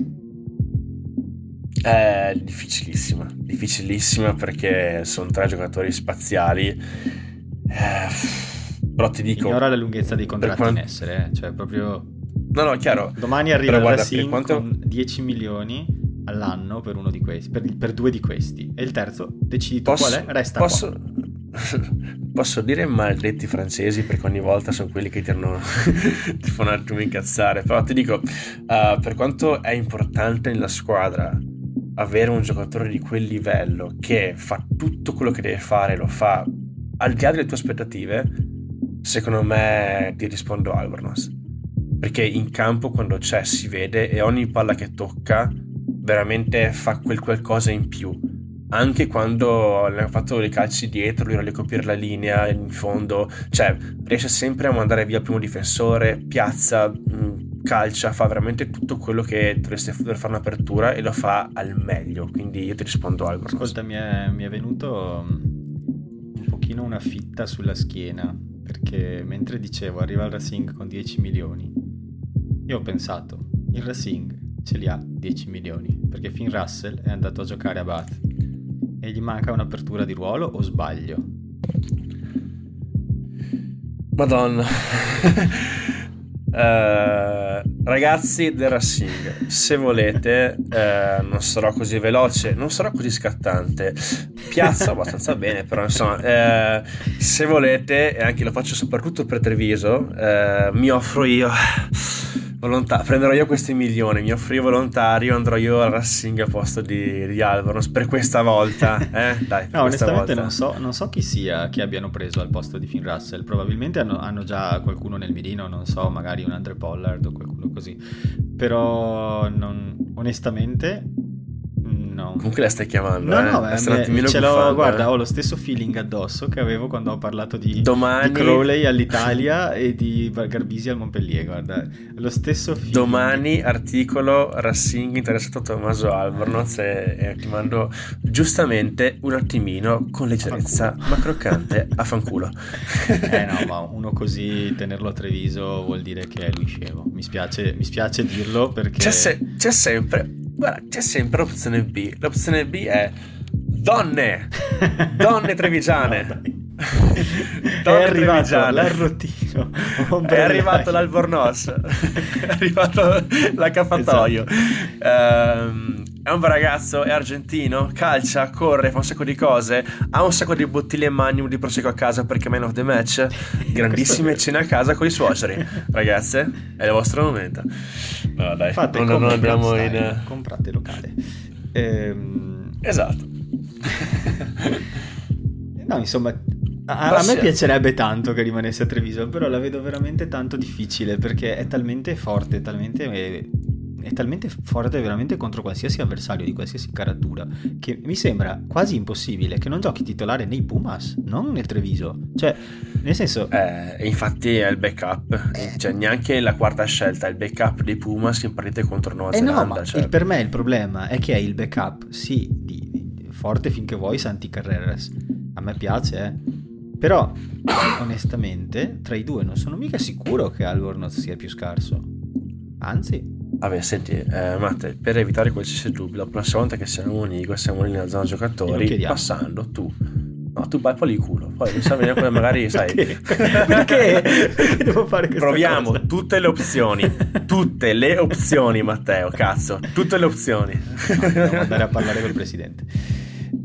È difficilissima, difficilissima perché sono tre giocatori spaziali. Eh, però ti dico, Ignora la lunghezza dei contratti quant- in essere, eh? Cioè proprio no no chiaro, domani arriva però il guarda, Racing per quanto- con dieci milioni all'anno per uno di questi, per, per due di questi, e il terzo decidi tu posso, qual è, resta posso, qua. posso dire maledetti francesi perché ogni volta sono quelli che ti, hanno, ti fanno un attimo incazzare, però ti dico, uh, per quanto è importante nella squadra avere un giocatore di quel livello che fa tutto quello che deve fare, lo fa al di là delle tue aspettative, secondo me ti rispondo Albornoz, perché in campo quando c'è si vede e ogni palla che tocca veramente fa quel qualcosa in più, anche quando le ha fatto i calci dietro, lui era lì a coprire la linea in fondo, cioè riesce sempre a mandare via il primo difensore, piazza, mh, calcia, fa veramente tutto quello che dovreste dover fare un'apertura e lo fa al meglio, quindi io ti rispondo Albornoz. Ascolta, mi è, mi è venuto un pochino una fitta sulla schiena, perché mentre dicevo arriva il Racing con dieci milioni, io ho pensato, il Racing ce li ha dieci milioni perché Finn Russell è andato a giocare a Bath e gli manca un'apertura di ruolo, o sbaglio? Madonna. Uh, ragazzi del Racing, se volete, uh, non sarò così veloce, non sarò così scattante, piazzo abbastanza bene, però insomma, uh, se volete, e anche lo faccio soprattutto per Treviso, uh, mi offro io volontà- prenderò io questi milioni, mi offro io volontario, andrò io al Racing a posto di, di Albornoz per questa volta, eh? Dai, per No, questa onestamente volta. non so, non so chi sia che abbiano preso al posto di Finn Russell. Probabilmente hanno, hanno già qualcuno nel mirino, non so, magari un Andre Pollard o qualcuno così. Però non, onestamente no. Comunque la stai chiamando, No, eh? no, La eh, stai un me- attimino ce l'ho, buffando, guarda, eh? ho lo stesso feeling addosso che avevo quando ho parlato di, Domani- di Crowley all'Italia e di Garbisi al Montpellier, guarda, lo stesso feeling. Domani articolo Racing interessato a Tommaso Albornoz e, e ti mando giustamente un attimino con leggerezza ma croccante a fanculo. Eh no, ma uno così tenerlo a Treviso vuol dire che è lui scemo. Mi spiace, mi spiace dirlo perché C'è, se- c'è sempre guarda, c'è sempre l'opzione B. L'opzione B è donne donne trevigiane. No, dai. Donne È arrivato trevigiane. l'arrotino, È ombrellai. arrivato l'Albornoz, è arrivato l'accappatoio. Ehm, è un bel ragazzo, è argentino, calcia, corre, fa un sacco di cose, ha un sacco di bottiglie Magnum di prosecco a casa perché man of the match, grandissime cene a casa con i suoceri. Ragazze, è il vostro momento. No dai, Fate non, come non andiamo Blood in... Style, comprate locale. Ehm, Esatto. No, insomma, a, a Passi- me piacerebbe tanto che rimanesse a Treviso, però la vedo veramente tanto difficile perché è talmente forte, talmente, è, è talmente forte veramente contro qualsiasi avversario di qualsiasi caratura che mi sembra quasi impossibile che non giochi titolare nei Pumas, non nel Treviso. Cioè, nel senso... Eh, infatti è il backup, cioè neanche la quarta scelta, è il backup dei Pumas in partite contro Nuova Eh no, Zelanda. ma cioè. il- per me il problema è che è il backup, sì, di, di- forte finché vuoi Santi Carreras. A me piace, eh. Però, onestamente, tra i due non sono mica sicuro che Albornoz sia più scarso. Anzi, Vabbè, senti, eh, Matte, per evitare qualsiasi dubbio, la prossima volta che siamo in Unico, siamo lì nella zona Glielo giocatori, chiediamo. passando, tu, no, tu vai poi il culo, poi non sa venire magari, sai, perché? Perché? Perché devo fare questa proviamo cosa? tutte le opzioni, tutte le opzioni, Matteo, cazzo, tutte le opzioni. No, dobbiamo andare a parlare col presidente.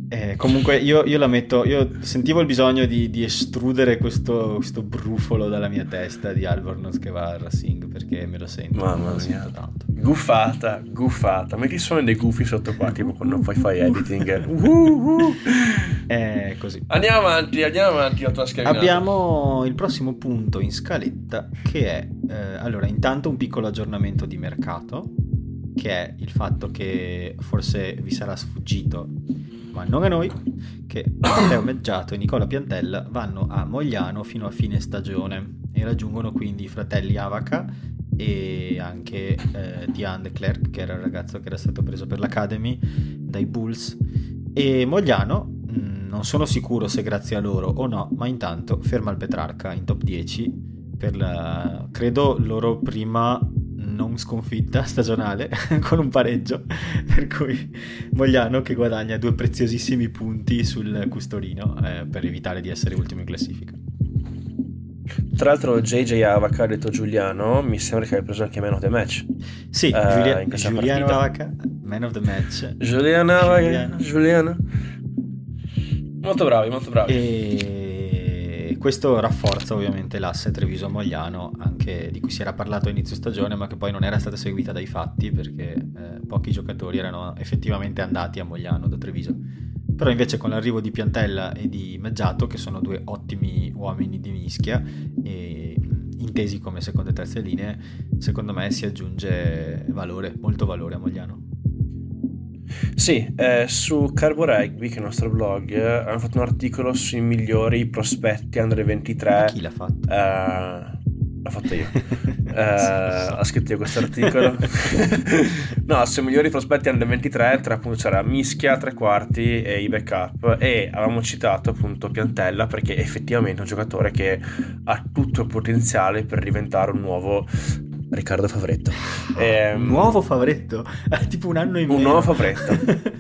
Eh, comunque io, io la metto, io sentivo il bisogno di, di estrudere questo, questo brufolo dalla mia testa di Albornoz che va al Racing, perché me lo sento, Mamma me lo mia. sento tanto. Guffata, guffata. Metti suoni dei gufi sotto qua, tipo quando poi fai editing. Uh, uh. È così. Andiamo avanti, andiamo avanti la tua schermata. Abbiamo il prossimo punto in scaletta che è, eh, allora, intanto un piccolo aggiornamento di mercato, che è il fatto che forse vi sarà sfuggito, ma non a noi, che Matteo Meggiato e Nicola Piantella vanno a Mogliano fino a fine stagione e raggiungono quindi i fratelli Avaca e anche eh, Diane de Klerk, che era il ragazzo che era stato preso per l'Academy dai Bulls. E Mogliano, mh, non sono sicuro se grazie a loro o no, ma intanto ferma il Petrarca in top dieci per la, credo, loro prima non sconfitta stagionale con un pareggio, per cui Mogliano che guadagna due preziosissimi punti sul Custorino eh, per evitare di essere ultimo in classifica. Tra l'altro J J Avaca, detto Giuliano, mi sembra che abbia preso anche Man of the Match. Sì, uh, Giulia- in questa Giuliano partita. Avaca, Man of the Match. Giuliano Avaca, Giuliano. Giuliano. Molto bravi, molto bravi. E questo rafforza ovviamente l'asse Treviso-Mogliano, anche di cui si era parlato a inizio stagione, ma che poi non era stata seguita dai fatti, perché eh, pochi giocatori erano effettivamente andati a Mogliano da Treviso. Però invece con l'arrivo di Piantella e di Meggiato, che sono due ottimi uomini di mischia e intesi come seconde e terze linee, secondo me si aggiunge valore, molto valore a Mogliano. Sì, eh, su Carbo Rugby, che è il nostro blog, eh, hanno fatto un articolo sui migliori prospetti under ventitré. Ma chi l'ha fatto? Eh, l'ho fatto io. eh, ho scritto io questo articolo. No, sui migliori prospetti under ventitré, tra appunto c'era Mischia, tre quarti e i backup, e avevamo citato appunto Piantella perché effettivamente è un giocatore che ha tutto il potenziale per diventare un nuovo Riccardo Favretto. Eh, un nuovo Favretto? Tipo un anno in meno. Un nuovo Favretto.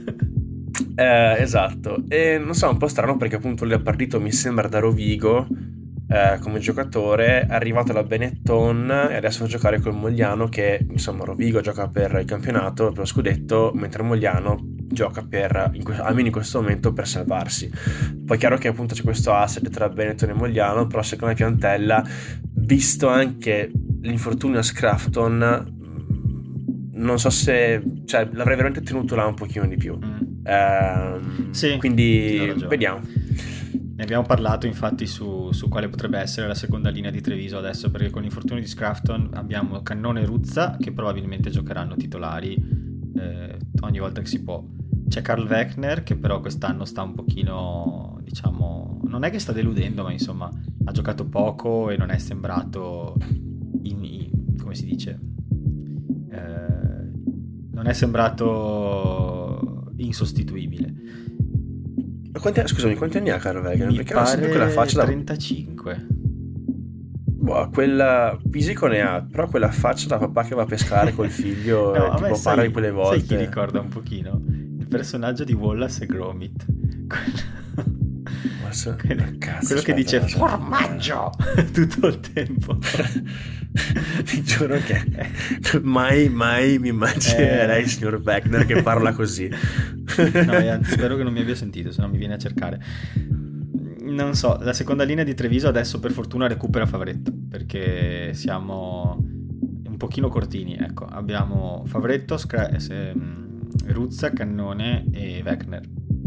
eh, esatto. E non so, è un po' strano perché appunto lui è partito, mi sembra, da Rovigo eh, come giocatore, è arrivato alla Benetton e adesso fa giocare col Mogliano, che insomma Rovigo gioca per il campionato, per lo scudetto, mentre Mogliano gioca per, in, almeno in questo momento, per salvarsi. Poi è chiaro che appunto c'è questo asset tra Benetton e Mogliano, però secondo me Piantella, visto anche l'infortunio a Scrafton, non so se, cioè, l'avrei veramente tenuto là un pochino di più. Mm. Ehm, sì, quindi vediamo. Ne abbiamo parlato infatti su, su quale potrebbe essere la seconda linea di Treviso adesso, perché con l'infortunio di Scrafton abbiamo Cannone e Ruzza che probabilmente giocheranno titolari eh, ogni volta che si può. C'è Karl Wegner che però quest'anno sta un pochino, diciamo, non è che sta deludendo, ma insomma ha giocato poco e non è sembrato in, in, come si dice eh, non è sembrato insostituibile. Quanti, scusami, quanti anni ha Karl Wegner? Mi Perché pare quella faccia trentacinque. Da... Boh, quella fisico ne ha, però quella faccia da papà che va a pescare col figlio no, e tipo parla di quelle volte. Sai chi ricorda un pochino? Il personaggio di Wallace e Gromit. Quello, quello, cazzo, quello che dice formaggio tutto il tempo. Ti giuro che mai mai mi immaginerei eh... il signor Wegner che parla così. No, anzi, spero che non mi abbia sentito, se no mi viene a cercare. Non so, la seconda linea di Treviso adesso per fortuna recupera Favretto, perché siamo un pochino cortini, ecco. Abbiamo Favretto, Scra- se, Ruzza, Cannone e Wegner.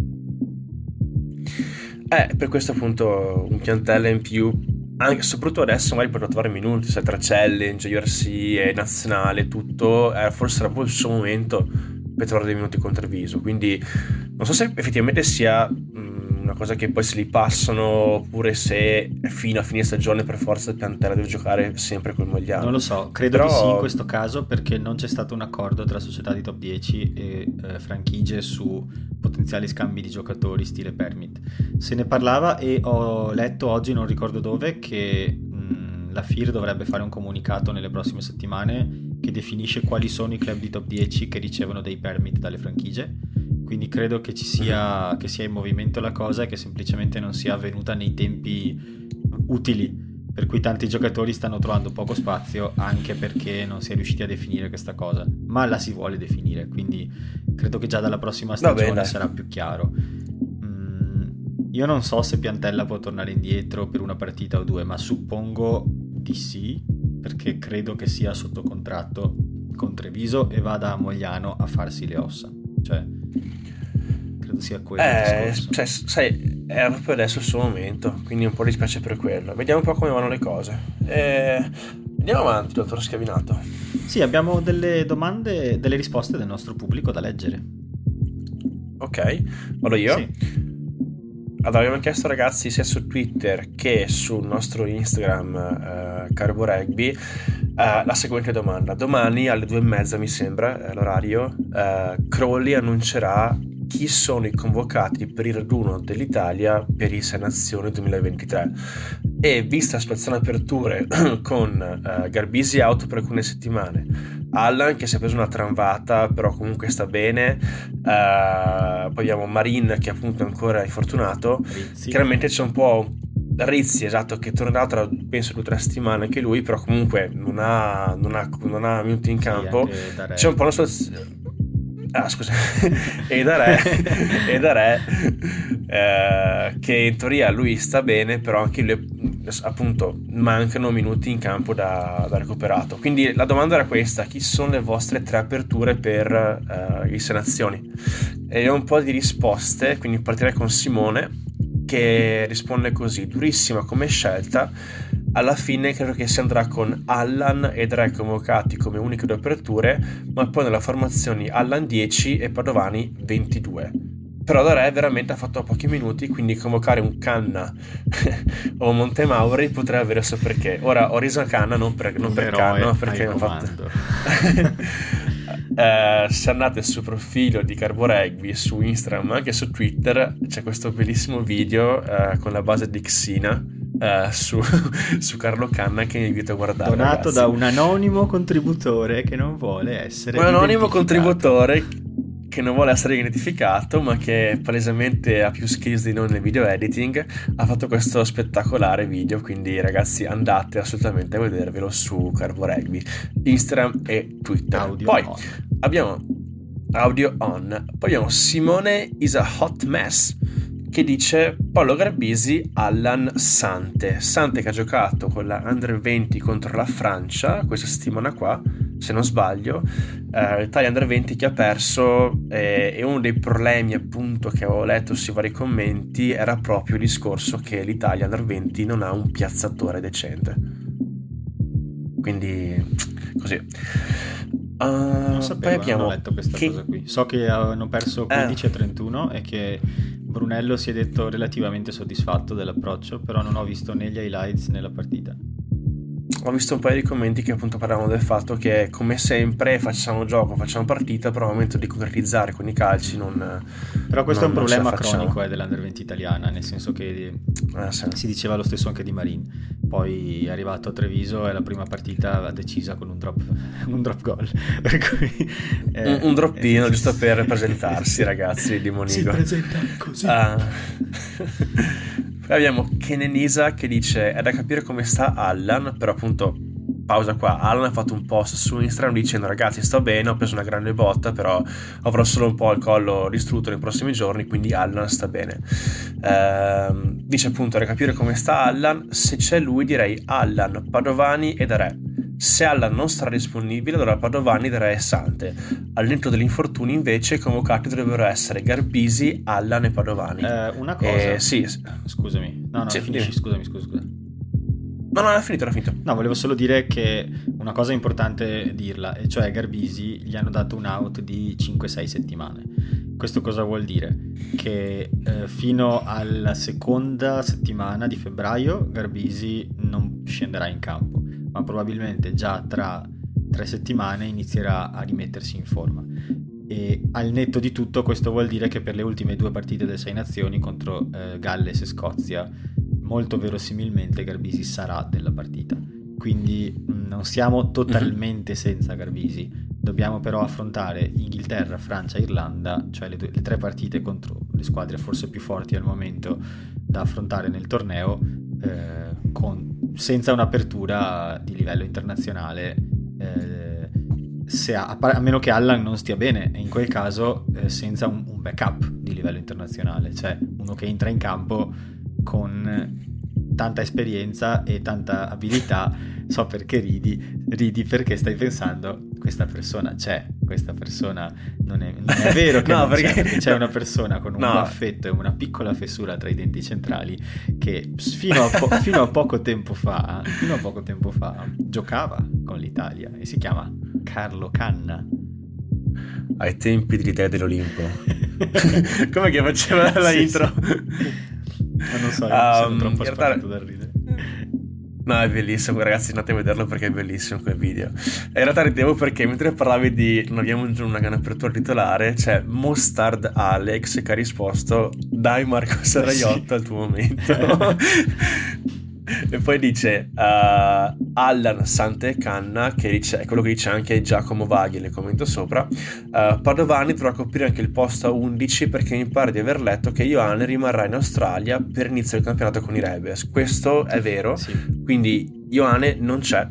Eh, per questo appunto un Piantella in più, anche soprattutto adesso magari potrà trovare minuti, sai, tra challenge, U R C e nazionale, tutto, eh, forse sarà proprio il suo momento per trovare dei minuti con Treviso, quindi non so se effettivamente sia mh, una cosa che poi se li passano oppure se fino a fine stagione per forza Piantella deve giocare sempre col Mogliano. Non lo so, credo Però... di sì in questo caso, perché non c'è stato un accordo tra società di top dieci e eh, franchigie su potenziali scambi di giocatori stile permit. Se ne parlava e ho letto oggi, non ricordo dove, che mh, la F I R dovrebbe fare un comunicato nelle prossime settimane che definisce quali sono i club di top dieci che ricevono dei permit dalle franchigie, quindi credo che ci sia, che sia in movimento la cosa e che semplicemente non sia avvenuta nei tempi utili, per cui tanti giocatori stanno trovando poco spazio anche perché non si è riusciti a definire questa cosa, ma la si vuole definire, quindi credo che già dalla prossima stagione sarà più chiaro. io non so se Piantella può tornare indietro per una partita o due, ma suppongo di sì, perché credo che sia sotto contratto con Treviso e vada a Mogliano a farsi le ossa. Cioè, credo sia quello Eh, il discorso. cioè, sai, era proprio adesso il suo momento, quindi un po' dispiace per quello. Vediamo un po' come vanno le cose. Eh, andiamo avanti, dottor Schiavinato. Sì, abbiamo delle domande, delle risposte del nostro pubblico da leggere. Ok, vado io. Sì. Allora, abbiamo chiesto, ragazzi, sia su Twitter che sul nostro Instagram eh, Carbo Rugby eh, la seguente domanda. Domani alle due e mezza, mi sembra, è l'orario, eh, Crowley annuncerà chi sono i convocati per il raduno dell'Italia per i Sei Nazioni duemilaventitré. E vista la situazione aperture con eh, Garbisi out per alcune settimane, Allan che si è preso una tramvata però comunque sta bene, uh, poi abbiamo Marin che appunto è ancora infortunato, Rizzi. Chiaramente c'è un po' Rizzi, esatto, che tornerà tra penso due o tre settimane anche lui, però comunque non ha, non ha, non ha minuti in campo. Sì, c'è un po' una situazione, ah scusa e da re e da re eh, che in teoria lui sta bene, però anche lui appunto mancano minuti in campo da, da recuperato. Quindi la domanda era questa: chi sono le vostre tre aperture per uh, le Sei Nazioni? E ho un po' di risposte, quindi partirei con Simone che risponde così: durissima come scelta, alla fine credo che si andrà con Allan e Dre convocati come uniche due aperture, ma poi nella formazione Allan dieci e Padovani ventidue. Però Dre veramente ha fatto pochi minuti, quindi convocare un Canna o Montemauri potrebbe avere il suo perché. Ora ho riso a Canna non per, non per Canna, perché ho fatto eh, se andate sul profilo di Carbo Rugby su Instagram ma anche su Twitter c'è questo bellissimo video eh, con la base di Xina Uh, su, su Carlo Canna che vi invito a guardare, donato ragazzi. Da un anonimo contributore che non vuole essere un anonimo identificato. Contributore che non vuole essere identificato ma che palesemente ha più skills di noi nel video editing, ha fatto questo spettacolare video, quindi ragazzi andate assolutamente a vedervelo su Carbo Rugby Instagram e Twitter. Audio poi on. abbiamo audio on poi abbiamo Simone is a hot mess che dice Paolo Garbisi, Allan, Sante. Sante che ha giocato con la Under venti contro la Francia questa settimana qua, se non sbaglio, eh, l'Italia Under venti che ha perso, eh, e uno dei problemi appunto che avevo letto sui vari commenti era proprio il discorso che l'Italia Under venti non ha un piazzatore decente. Quindi così. Uh, non sapevo, poi abbiamo non ho letto questa che... cosa qui. So che hanno perso quindici a trentuno e che Brunello si è detto relativamente soddisfatto dell'approccio, però non ho visto né gli highlights né la partita. Ho visto un paio di commenti che appunto parlavano del fatto che come sempre facciamo gioco, facciamo partita, però al momento di concretizzare con i calci non però questo non, è un problema cronico cronico eh, dell'Under venti italiana, nel senso che eh, sì. si diceva lo stesso anche di Marin. Poi è arrivato a Treviso e la prima partita decisa con un drop, un drop goal. Per cui, eh, un, un droppino eh, giusto per presentarsi, ragazzi di Monigo. Si presenta così. Uh, poi abbiamo Kenenisa che dice è da capire come sta Allan, però appunto pausa qua, Allan ha fatto un post su Instagram dicendo ragazzi sto bene, ho preso una grande botta però avrò solo un po' il collo distrutto nei prossimi giorni, quindi Allan sta bene. Ehm, dice appunto da capire come sta Allan, se c'è lui direi Allan, Padovani e Dare. Se Allan non sarà disponibile allora Padovani, Dare e Sante. All'interno degli infortuni invece i convocati dovrebbero essere Garbisi, Allan e Padovani. Eh, una cosa, eh, sì. Scusami, no no sì, finisci, dimmi. scusami scusa scusa. No, no, era finito, era finito. No, volevo solo dire che una cosa importante dirla, e cioè Garbisi gli hanno dato un out di cinque sei settimane. Questo cosa vuol dire? Che eh, fino alla seconda settimana di febbraio Garbisi non scenderà in campo, ma probabilmente già tra tre settimane inizierà a rimettersi in forma. E al netto di tutto questo vuol dire che per le ultime due partite delle Sei Nazioni contro eh, Galles e Scozia molto verosimilmente Garbisi sarà della partita, quindi mh, non siamo totalmente senza Garbisi, dobbiamo però affrontare Inghilterra, Francia, Irlanda, cioè le, due, le tre partite contro le squadre forse più forti al momento da affrontare nel torneo, eh, con, senza un'apertura di livello internazionale, eh, se a, a meno che Allan non stia bene, e in quel caso eh, senza un, un backup di livello internazionale, cioè uno che entra in campo con tanta esperienza e tanta abilità. So perché ridi, ridi perché stai pensando questa persona c'è, questa persona non è, non è vero che no, non perché... c'è, perché c'è una persona con un no. baffetto e una piccola fessura tra i denti centrali che fino a, po- fino a poco tempo fa fino a poco tempo fa giocava con l'Italia e si chiama Carlo Canna. Ai tempi dell'idea dell'Olimpo. Come che faceva la sì, intro? Sì. Ma non so, io um, sono troppo realtà... spaventato dal ridere. No, è bellissimo, ragazzi, andate a vederlo perché è bellissimo quel video. E in realtà ridevo perché mentre parlavi di non abbiamo una gran apertura titolare, c'è Mustard Alex che ha risposto dai Marco Serraiotto sì. al tuo momento. E poi dice uh, Allan Santecanna, che dice, è quello che dice anche Giacomo Vaghi nel commento sopra, uh, Padovani dovrà coprire anche il posto a undici perché mi pare di aver letto che Ioane rimarrà in Australia per inizio del campionato con i Rebels. Questo è vero, sì. Quindi Ioane non c'è.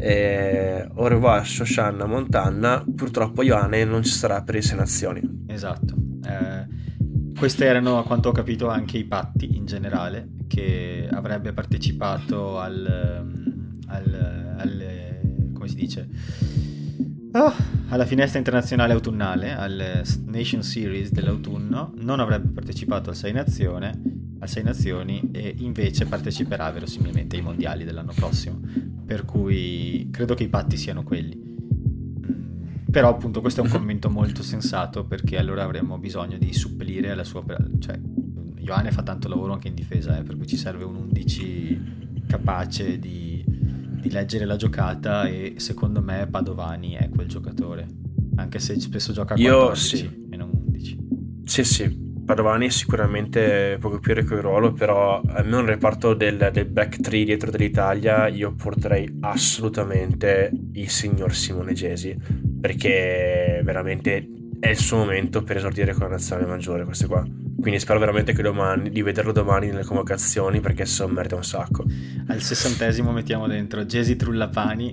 E au revoir Shoshana Montana, purtroppo Ioane non ci sarà per le sei nazioni. Esatto. eh... Questi erano, a quanto ho capito, anche i patti in generale, che avrebbe partecipato al, al, al come si dice, oh, alla finestra internazionale autunnale, al Nation Series dell'autunno, non avrebbe partecipato al Sei Nazione, al Sei Nazioni e invece parteciperà verosimilmente ai mondiali dell'anno prossimo, per cui credo che i patti siano quelli. Però appunto questo è un commento molto sensato, perché allora avremmo bisogno di supplire alla sua, cioè Ioane fa tanto lavoro anche in difesa, eh, per cui ci serve un undici capace di, di leggere la giocata, e secondo me Padovani è quel giocatore, anche se spesso gioca a quattordici sì. e non undici. Sì sì, Padovani sicuramente può capire quel ruolo, però almeno nel reparto del, del back three dietro dell'Italia io porterei assolutamente il signor Simone Gesi, perché veramente è il suo momento per esordire con la nazionale maggiore, questo qua. Quindi spero veramente che domani, di vederlo domani nelle convocazioni, perché se lo merita un sacco. Al sessantesimo mettiamo dentro Gesi Trullapani.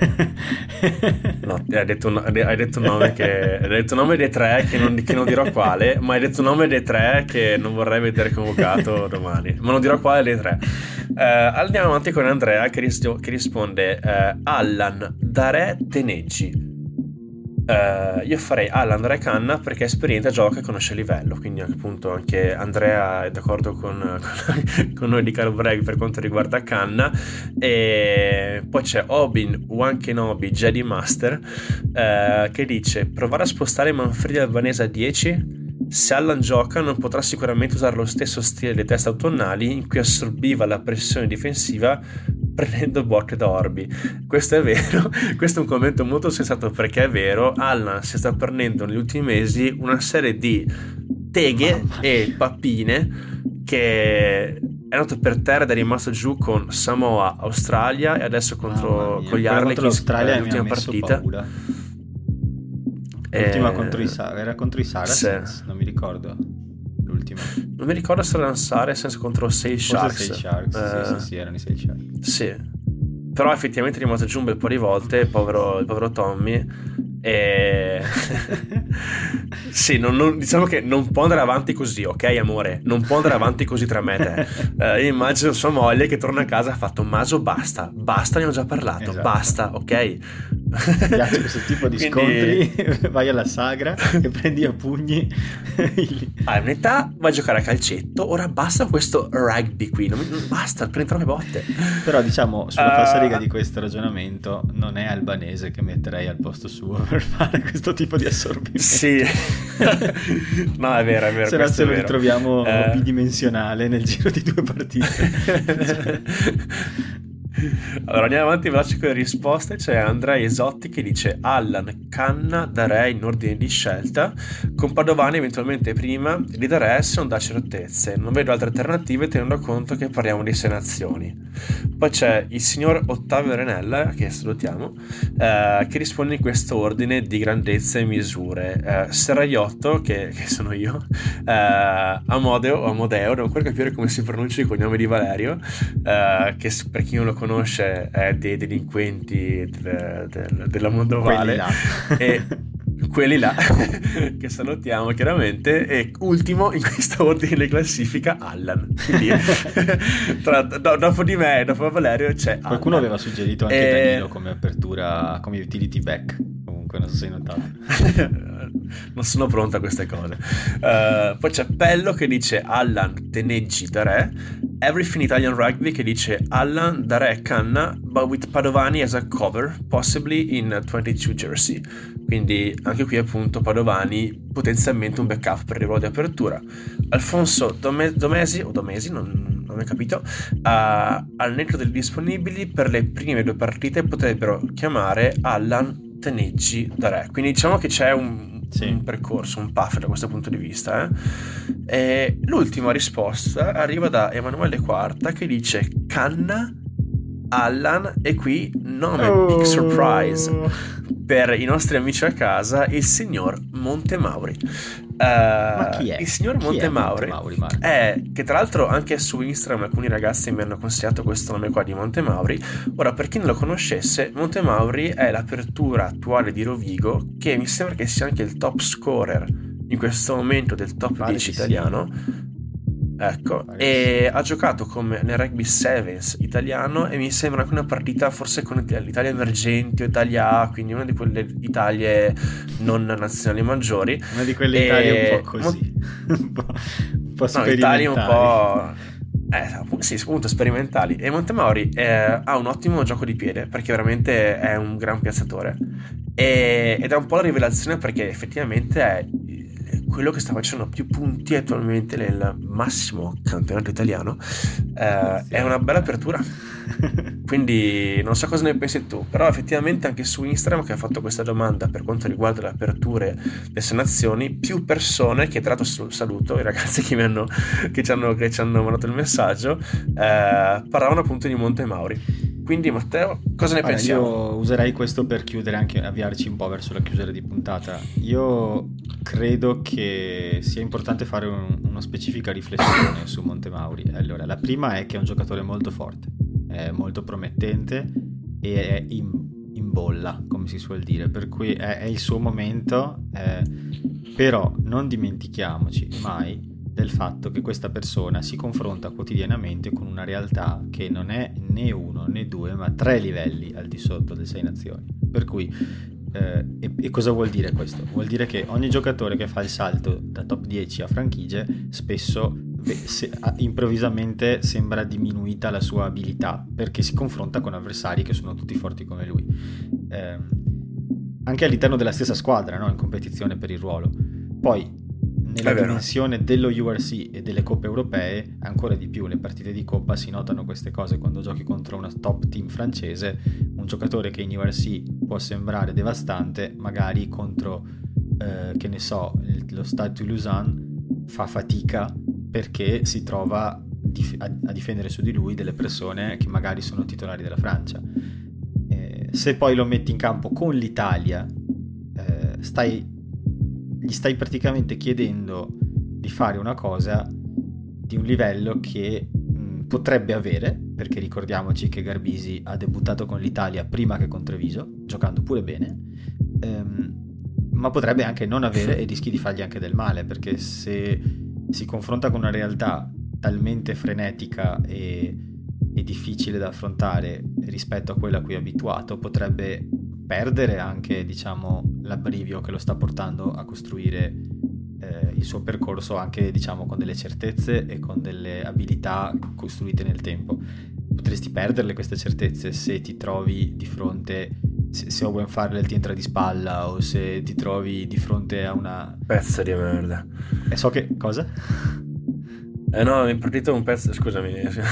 No, hai detto un, hai detto un nome che hai detto un nome dei tre che non, che non dirò quale, ma hai detto un nome dei tre che non vorrei vedere convocato domani, ma non dirò quale dei tre. Uh, andiamo avanti con Andrea che, ris- che risponde uh, Allan Dare Teneggi. Uh, io farei Allan Dare Canna perché è esperienza, gioca e conosce il livello, quindi appunto anche Andrea è d'accordo con, con, con noi di Caro Breg per quanto riguarda Canna. E poi c'è Obin Wankenobi Jedi Master uh, che dice provare a spostare Manfredi Albanese a dieci. Se Allan gioca non potrà sicuramente usare lo stesso stile dei test autunnali in cui assorbiva la pressione difensiva prendendo botte da Orbi. Questo è vero, questo è un commento molto sensato, perché è vero, Allan si sta prendendo negli ultimi mesi una serie di teghe e pappine che è andato per terra ed è rimasto giù con Samoa, Australia e adesso contro con gli Harlequins l'ultima partita. Paura. L'ultima eh, contro i Sa- era contro i Saracens, sì. Non mi ricordo l'ultima. Non mi ricordo se erano Saracens contro sei Sharks. Sei Sharks, eh, sì, sì, sì, erano i sei Sharks. Sì. Però effettivamente è rimasto giù un bel po' di volte il povero, il povero Tommy. E sì, non, non, diciamo che non può andare avanti così, ok amore? Non può andare avanti così tra me e te. Uh, io immagino sua moglie che torna a casa e ha fatto Maso basta, basta, ne ho già parlato, esatto. Basta, ok? Mi piace questo tipo di Quindi... scontri. Vai alla sagra e prendi a pugni. Ah, in un'età vai a giocare a calcetto, ora basta questo rugby qui, non, non basta, prendi troppe botte. Però diciamo sulla uh... falsariga di questo ragionamento non è Albanese che metterei al posto suo per fare questo tipo di assorbimento. Sì. No, è vero, è vero. Se no se lo vero. ritroviamo uh... bidimensionale nel giro di due partite. Allora andiamo avanti veloce con le risposte. C'è Andrea Esotti che dice Allan Canna darei in ordine di scelta, con Padovani eventualmente prima, li darei se non dà certezze, non vedo altre alternative tenendo conto che parliamo di sei nazioni. Poi c'è il signor Ottavio Renella, che salutiamo, eh, che risponde in questo ordine di grandezza e misure. eh, Serraiotto, che, che sono io, eh, Amodeo o Amodeo, devo ancora capire come si pronuncia il cognome di Valerio, eh, che per chi non lo conosce è dei delinquenti del, del, della Mondovale, e quelli là che salutiamo chiaramente. E ultimo in questa ordine di classifica Allan. Quindi, tra, do, dopo di me, dopo Valerio c'è qualcuno Allan. aveva suggerito anche e... Danilo come apertura, come utility back. Comunque non so se hai notato. Non sono pronta a queste cose. Uh, poi c'è Pello che dice Allan Teneggi da re. Everything Italian Rugby che dice Allan da re canna, but with Padovani as a cover, possibly in twenty-two jersey. Quindi anche qui appunto Padovani potenzialmente un backup per il ruolo di apertura. Alfonso Dome- Domesi o Domesi, non, non ho capito, uh, al netto dei disponibili per le prime due partite potrebbero chiamare Allan Teneggi da re. Quindi diciamo che c'è un Sì. un percorso, un path da questo punto di vista, eh? E l'ultima risposta arriva da Emanuele Quarta che dice Canna, Allan, e qui nome oh. big surprise per i nostri amici a casa, il signor Montemauri. Uh, Ma chi è? Il signor chi Montemauri, è, Montemauri è che tra l'altro anche su Instagram alcuni ragazzi mi hanno consigliato questo nome qua di Montemauri. Ora, per chi non lo conoscesse, Montemauri è l'apertura attuale di Rovigo, che mi sembra che sia anche il top scorer in questo momento del top vale dieci italiano. Sì. Ecco, vale e sì. Ha giocato come nel rugby sevens italiano e mi sembra anche una partita forse con l'Italia emergenti o Italia A, quindi una di quelle Italie non nazionali maggiori. Una di quelle e... Italie un po' così, un po', un po' no, Italia un po'... Eh, sì, appunto sperimentali. E Montemauri eh, ha un ottimo gioco di piede perché veramente è un gran piazzatore e, ed è un po' la rivelazione perché effettivamente è quello che sta facendo più punti attualmente nel massimo campionato italiano. Eh, sì, è una bella apertura. Quindi non so cosa ne pensi tu, però effettivamente anche su Instagram che ha fatto questa domanda per quanto riguarda le aperture delle nazioni, più persone, che tra l'altro saluto i ragazzi che mi hanno che ci hanno, che ci hanno mandato il messaggio, eh, parlavano appunto di Montemauri. Quindi Matteo, cosa ne allora, pensiamo? Io userei questo per chiudere, anche avviarci un po' verso la chiusura di puntata. Io credo che sia importante fare un, una specifica riflessione su Montemauri. Allora, la prima è che è un giocatore molto forte, è molto promettente e è in, in bolla, come si suol dire, per cui è, è il suo momento, eh, però non dimentichiamoci mai del fatto che questa persona si confronta quotidianamente con una realtà che non è né uno né due ma tre livelli al di sotto delle sei nazioni, per cui eh, e, e cosa vuol dire questo? Vuol dire che ogni giocatore che fa il salto da top dieci a franchigie spesso se, improvvisamente sembra diminuita la sua abilità perché si confronta con avversari che sono tutti forti come lui, eh, anche all'interno della stessa squadra, no? In competizione per il ruolo. Poi nella dimensione dello U R C e delle coppe europee ancora di più, le partite di coppa si notano queste cose quando giochi contro una top team francese. Un giocatore che in U R C può sembrare devastante magari contro eh, che ne so lo Stade Toulousain fa fatica perché si trova dif- a, a difendere su di lui delle persone che magari sono titolari della Francia. Eh, se poi lo metti in campo con l'Italia, eh, stai gli stai praticamente chiedendo di fare una cosa di un livello che mh, potrebbe avere, perché ricordiamoci che Garbisi ha debuttato con l'Italia prima che con Treviso, giocando pure bene, ehm, ma potrebbe anche non avere e rischi di fargli anche del male, perché se si confronta con una realtà talmente frenetica e, e difficile da affrontare rispetto a quella a cui è abituato, potrebbe perdere anche, diciamo, l'abbrivio che lo sta portando a costruire eh, il suo percorso, anche, diciamo, con delle certezze e con delle abilità costruite nel tempo. Potresti perderle queste certezze se ti trovi di fronte, se, se Owen Farrell ti entra di spalla o se ti trovi di fronte a una pezzo di merda. E so che cosa? Eh no, mi è partito un pezzo, scusami.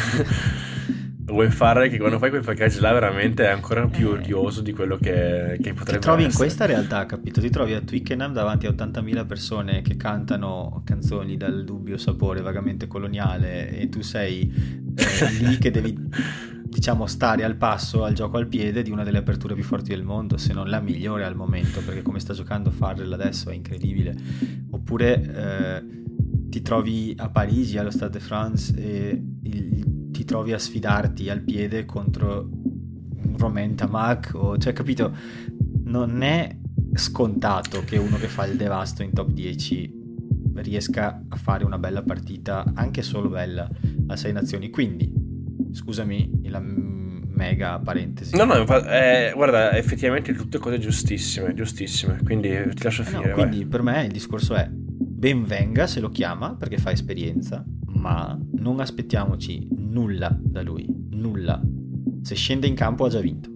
Vuoi fare che quando fai quei packaggi là veramente è ancora più eh, odioso di quello che, che potrebbe essere. Ti trovi essere. In questa realtà, capito? Ti trovi a Twickenham davanti a ottantamila persone che cantano canzoni dal dubbio sapore vagamente coloniale e tu sei eh, lì che devi, diciamo, stare al passo, al gioco al piede di una delle aperture più forti del mondo, se non la migliore al momento, perché come sta giocando Farrell adesso è incredibile. Oppure eh, ti trovi a Parigi allo Stade de France e il ti trovi a sfidarti al piede contro un Romain Tamac o, cioè, capito, non è scontato che uno che fa il devasto in top dieci riesca a fare una bella partita, anche solo bella, a sei nazioni. Quindi scusami la mega parentesi. No, no, eh, guarda, effettivamente tutte cose giustissime, giustissime, quindi ti lascio finire. Eh no, quindi vai. Per me il discorso è: ben venga se lo chiama perché fa esperienza, ma non aspettiamoci nulla da lui, nulla. Se scende in campo ha già vinto.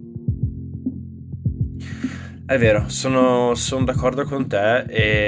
È vero, sono, sono d'accordo con te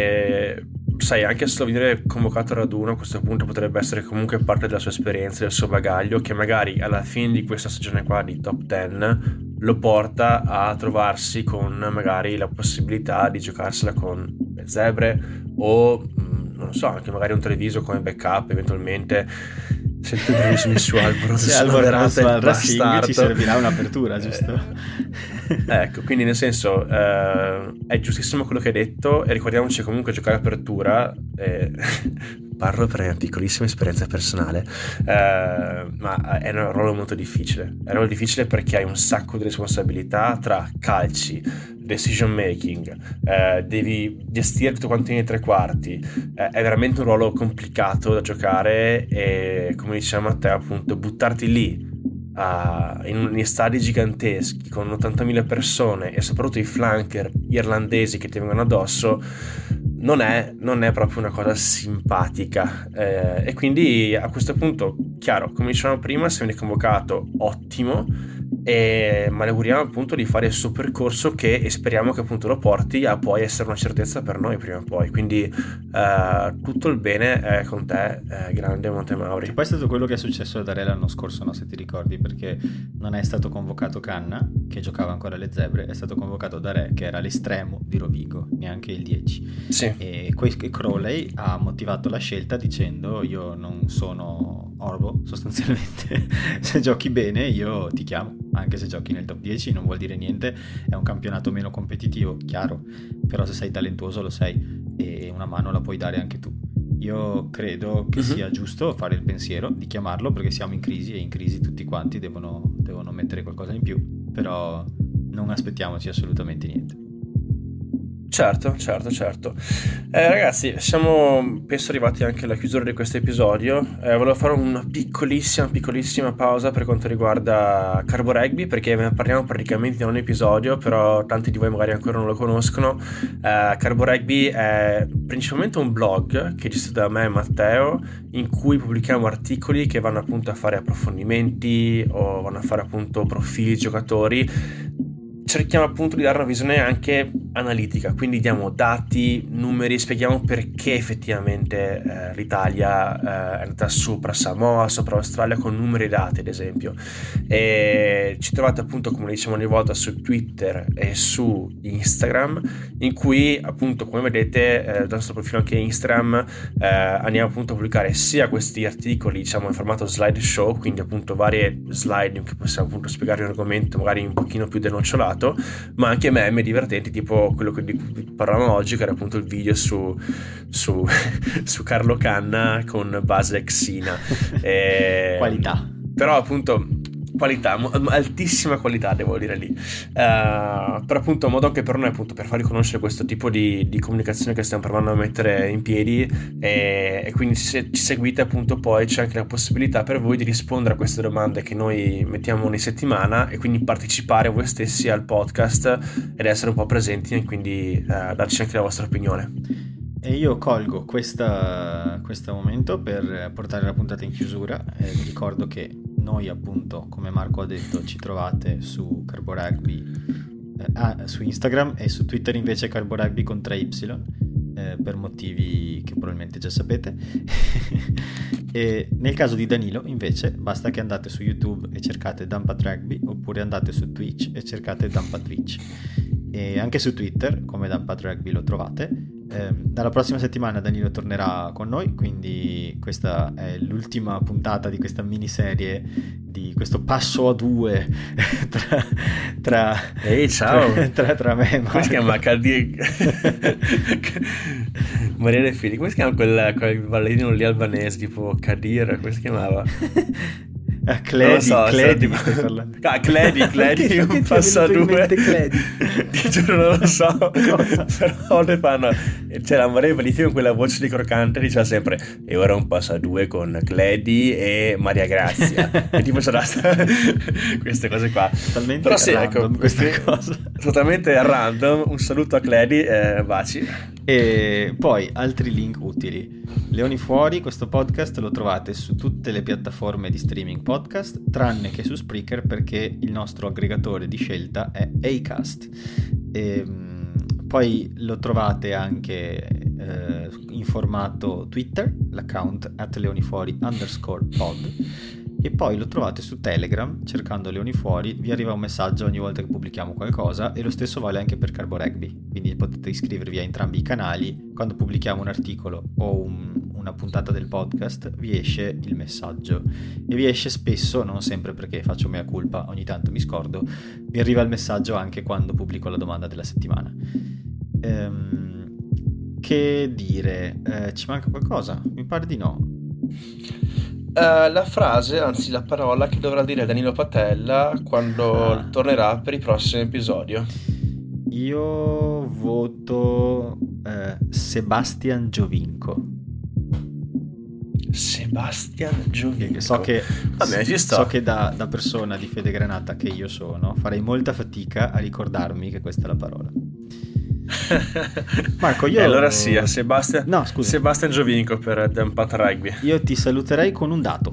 e sai, anche solo venire convocato al raduno a questo punto potrebbe essere comunque parte della sua esperienza, del suo bagaglio, che magari alla fine di questa stagione qua di top dieci lo porta a trovarsi con magari la possibilità di giocarsela con le Zebre o non lo so, anche magari un Treviso come backup eventualmente, se il Treviso su Alboro se Alboro al Racing ci servirà un'apertura, giusto? Eh, ecco, quindi nel senso eh, è giustissimo quello che hai detto e ricordiamoci comunque giocare apertura eh, parlo per una piccolissima esperienza personale, eh, ma è un ruolo molto difficile, è un ruolo difficile perché hai un sacco di responsabilità tra calci, decision making, eh, devi gestire tutto quanto nei tre quarti, eh, è veramente un ruolo complicato da giocare e come diceva Matteo appunto buttarti lì uh, in, in stadi giganteschi con ottantamila persone e soprattutto i flanker irlandesi che ti vengono addosso non è, non è proprio una cosa simpatica, eh, e quindi a questo punto chiaro, come dicevamo prima, se viene convocato ottimo, e ma le auguriamo appunto di fare il suo percorso che e speriamo che appunto lo porti a poi essere una certezza per noi prima o poi, quindi eh, tutto il bene è con te, eh, grande Montemauri. Che poi è stato quello che è successo a Dare l'anno scorso, no, se ti ricordi, perché non è stato convocato Canna che giocava ancora alle Zebre, è stato convocato Dare che era l'estremo di Rovigo, neanche il dieci, sì. E Crowley ha motivato la scelta dicendo: io non sono Orbo sostanzialmente, se giochi bene io ti chiamo, anche se giochi nel top dieci non vuol dire niente, è un campionato meno competitivo, chiaro, però se sei talentuoso lo sei e una mano la puoi dare anche tu. Io credo che uh-huh. sia giusto fare il pensiero di chiamarlo perché siamo in crisi e in crisi tutti quanti devono, devono mettere qualcosa in più, però non aspettiamoci assolutamente niente. Certo, certo, certo. Eh, ragazzi, siamo penso arrivati anche alla chiusura di questo episodio. Eh, volevo fare una piccolissima, piccolissima pausa per quanto riguarda Carbo Rugby, perché ne parliamo praticamente in ogni episodio, però tanti di voi magari ancora non lo conoscono. Eh, Carbo Rugby è principalmente un blog che è gestito da me e Matteo, in cui pubblichiamo articoli che vanno appunto a fare approfondimenti o vanno a fare appunto profili giocatori. Cerchiamo appunto di dare una visione anche analitica, quindi diamo dati, numeri, spieghiamo perché effettivamente eh, l'Italia eh, è andata sopra Samoa, sopra Australia con numeri e dati ad esempio, e ci trovate appunto, come diciamo ogni volta, su Twitter e su Instagram, in cui appunto come vedete eh, dal nostro profilo anche Instagram eh, andiamo appunto a pubblicare sia questi articoli diciamo in formato slideshow, quindi appunto varie slide in cui possiamo appunto spiegare l'argomento magari un pochino più denocciolato, ma anche meme divertenti tipo quello di cui parlavamo oggi, che era appunto il video su su, su Carlo Canna con base Xina. E, qualità, però appunto qualità, altissima qualità devo dire lì, uh, però appunto un modo anche per noi appunto per far riconoscere questo tipo di, di comunicazione che stiamo provando a mettere in piedi, e, e quindi se ci seguite appunto poi c'è anche la possibilità per voi di rispondere a queste domande che noi mettiamo ogni settimana e quindi partecipare voi stessi al podcast ed essere un po' presenti e quindi uh, darci anche la vostra opinione. E io colgo questa, questo momento per portare la puntata in chiusura. Eh, vi ricordo che noi appunto, come Marco ha detto, ci trovate su Carbo Rugby, eh, ah, su Instagram, e su Twitter invece Carbo Rugby con tre Y, eh, per motivi che probabilmente già sapete. E nel caso di Danilo invece basta che andate su YouTube e cercate Dumpat Rugby, oppure andate su Twitch e cercate Dumpat Twitch, e anche su Twitter come Dumpat Rugby lo trovate. Eh, dalla prossima settimana Danilo tornerà con noi, quindi questa è l'ultima puntata di questa miniserie, di questo passo a due tra tra, Ehi, ciao. tra, tra, tra me e Marco. Come si chiama? Cadi... Maria De Fili, come si chiama quel, quel ballerino lì albanese tipo Kadir, come si chiamava? Ah, Cledi, so, Cledi, tipo... ah, Cledi, Cledi, un passo a due. Cledi. giuro non lo so. Però le fanno, cioè la Maria Bellini con quella voce di croccante diceva sempre e ora un passo a due con Cledi e Maria Grazia e tipo c'era queste cose qua. Totalmente però sì, ecco, questa cosa totalmente a random. Un saluto a Cledi, eh, baci. E poi altri link utili. Leoni Fuori, questo podcast lo trovate su tutte le piattaforme di streaming podcast tranne che su Spreaker, perché il nostro aggregatore di scelta è Acast. E poi lo trovate anche eh, in formato Twitter, l'account at leonifuori underscore pod, e poi lo trovate su Telegram cercando Leoni Fuori. Vi arriva un messaggio ogni volta che pubblichiamo qualcosa, e lo stesso vale anche per Carbo Rugby, quindi potete iscrivervi a entrambi i canali. Quando pubblichiamo un articolo o un, una puntata del podcast vi esce il messaggio, e vi esce spesso, non sempre perché faccio mea culpa, ogni tanto mi scordo, vi arriva il messaggio anche quando pubblico la domanda della settimana. Ehm, che dire, eh, ci manca qualcosa? Mi pare di no. Uh, la frase, anzi la parola che dovrà dire Danilo Patella quando ah. tornerà per il prossimo episodio. Io voto eh, Sebastian Giovinco. Sebastian Giovinco. So che, Vabbè, ci sto. so che da, da persona di fede granata che io sono farei molta fatica a ricordarmi che questa è la parola. Marco, io... E allora sia Sebastian... No, scusa. Sebastian Giovinco per Dempat Rugby. Io ti saluterei con un dato.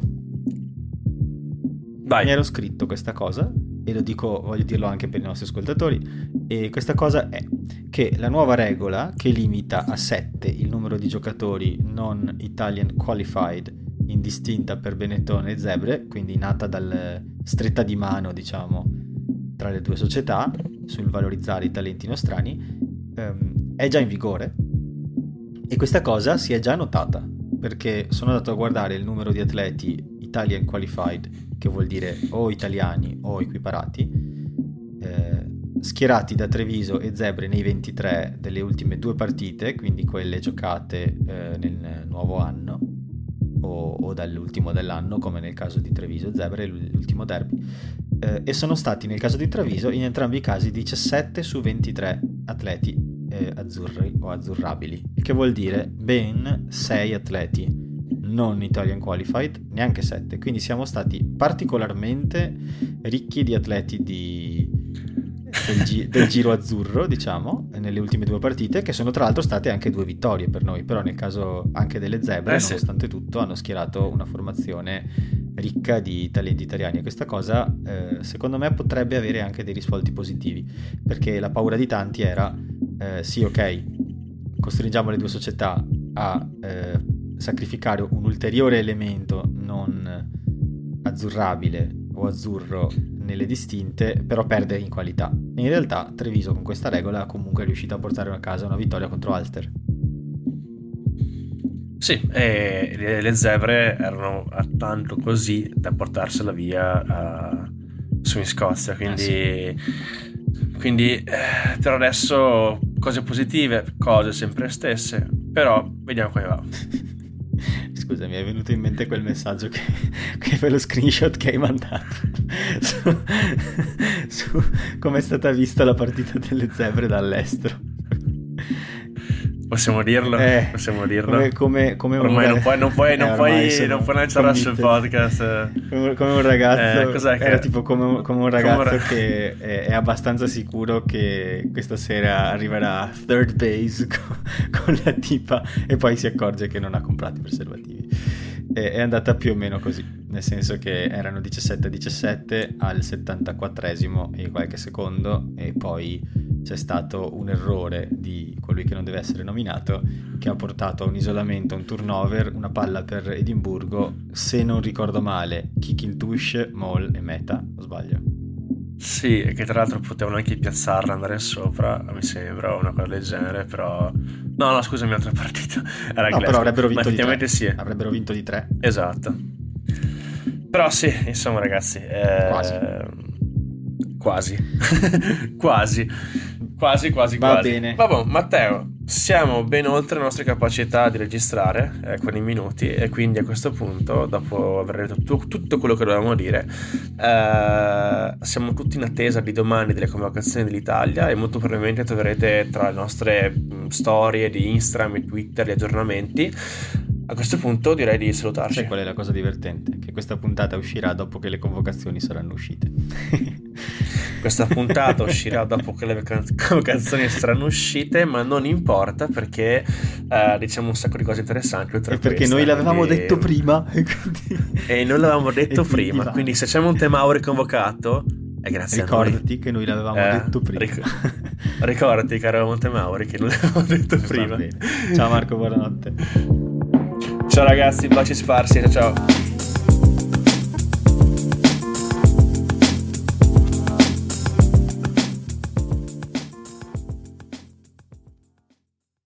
Vai. Mi ero scritto questa cosa e lo dico, voglio dirlo anche per i nostri ascoltatori, e questa cosa è che la nuova regola che limita a sette il numero di giocatori non Italian qualified indistinta per Benetton e Zebre, quindi nata dal stretta di mano, diciamo, tra le due società sul valorizzare i talenti nostrani, è già in vigore, e questa cosa si è già notata perché sono andato a guardare il numero di atleti Italian Qualified, che vuol dire o italiani o equiparati, eh, schierati da Treviso e Zebre nei ventitré delle ultime due partite, quindi quelle giocate eh, nel nuovo anno o, o dall'ultimo dell'anno, come nel caso di Treviso e Zebre, l'ultimo derby, eh, e sono stati nel caso di Treviso in entrambi i casi diciassette su ventitré atleti eh, azzurri o azzurrabili, il che vuol dire ben sei atleti non Italian Qualified, neanche sette, quindi siamo stati particolarmente ricchi di atleti di, del, gi- del giro azzurro, diciamo, nelle ultime due partite, che sono tra l'altro state anche due vittorie per noi, però nel caso anche delle Zebre, eh sì, nonostante tutto hanno schierato una formazione ricca di talenti italiani, e questa cosa eh, secondo me potrebbe avere anche dei risvolti positivi, perché la paura di tanti era eh, sì, ok, costringiamo le due società a eh, sacrificare un ulteriore elemento non azzurrabile o azzurro nelle distinte, però perde in qualità, e in realtà Treviso con questa regola comunque è riuscita a portare a casa una vittoria contro Ulster. Sì, e le, le Zebre erano tanto così da portarsela via uh, su in Scozia, quindi, eh sì. quindi eh, per adesso cose positive, cose sempre stesse, però vediamo come va. Scusa, mi è venuto in mente quel messaggio che, che per lo screenshot che hai mandato su, su come è stata vista la partita delle Zebre dall'estero. Possiamo dirlo? Eh, Possiamo dirlo? Come, come, come ormai un... non puoi, non puoi, non eh, puoi, non puoi lanciarla sul podcast. Come, come un ragazzo, eh, cos'è che... era tipo come, come un ragazzo come un... che è, è abbastanza sicuro che questa sera arriverà a third base con, con la tipa e poi si accorge che non ha comprato i preservativi. E, è andata più o meno così, nel senso che erano diciassette a diciassette al settantaquattresimo e qualche secondo, e poi c'è stato un errore di colui che non deve essere nominato, che ha portato a un isolamento, un turnover, una palla per Edimburgo, se non ricordo male kick in touche, maul e meta, o sbaglio? Sì, e che tra l'altro potevano anche piazzarla, andare sopra, mi sembra, una cosa del genere, però no, no, scusami, altra partita era no, però avrebbero vinto di tre. Sì. Avrebbero vinto di tre. Esatto. Però sì, insomma ragazzi, eh... quasi quasi quasi Quasi, quasi, Va quasi. bene. Vabbè, Matteo, siamo ben oltre le nostre capacità di registrare eh, con i minuti, e quindi a questo punto, dopo aver detto tu- tutto quello che dovevamo dire, eh, siamo tutti in attesa di domani delle convocazioni dell'Italia, e molto probabilmente troverete tra le nostre mh, storie di Instagram e Twitter gli aggiornamenti. A questo punto direi di salutarci. Sai qual è la cosa divertente? Che questa puntata uscirà dopo che le convocazioni saranno uscite. Questa puntata uscirà dopo che le convocazioni saranno uscite, ma non importa, perché uh, diciamo un sacco di cose interessanti. E perché questa, noi l'avevamo quindi... detto prima. E, quindi... e noi l'avevamo detto prima. Quindi, quindi se c'è Montemauri convocato, è grazie ricordati a noi. che noi l'avevamo eh, detto prima. Ric- ricordati, caro Montemauri, che noi l'avevamo detto prima. Ciao Marco, buonanotte. Ciao ragazzi, baci sparsi, ciao ciao.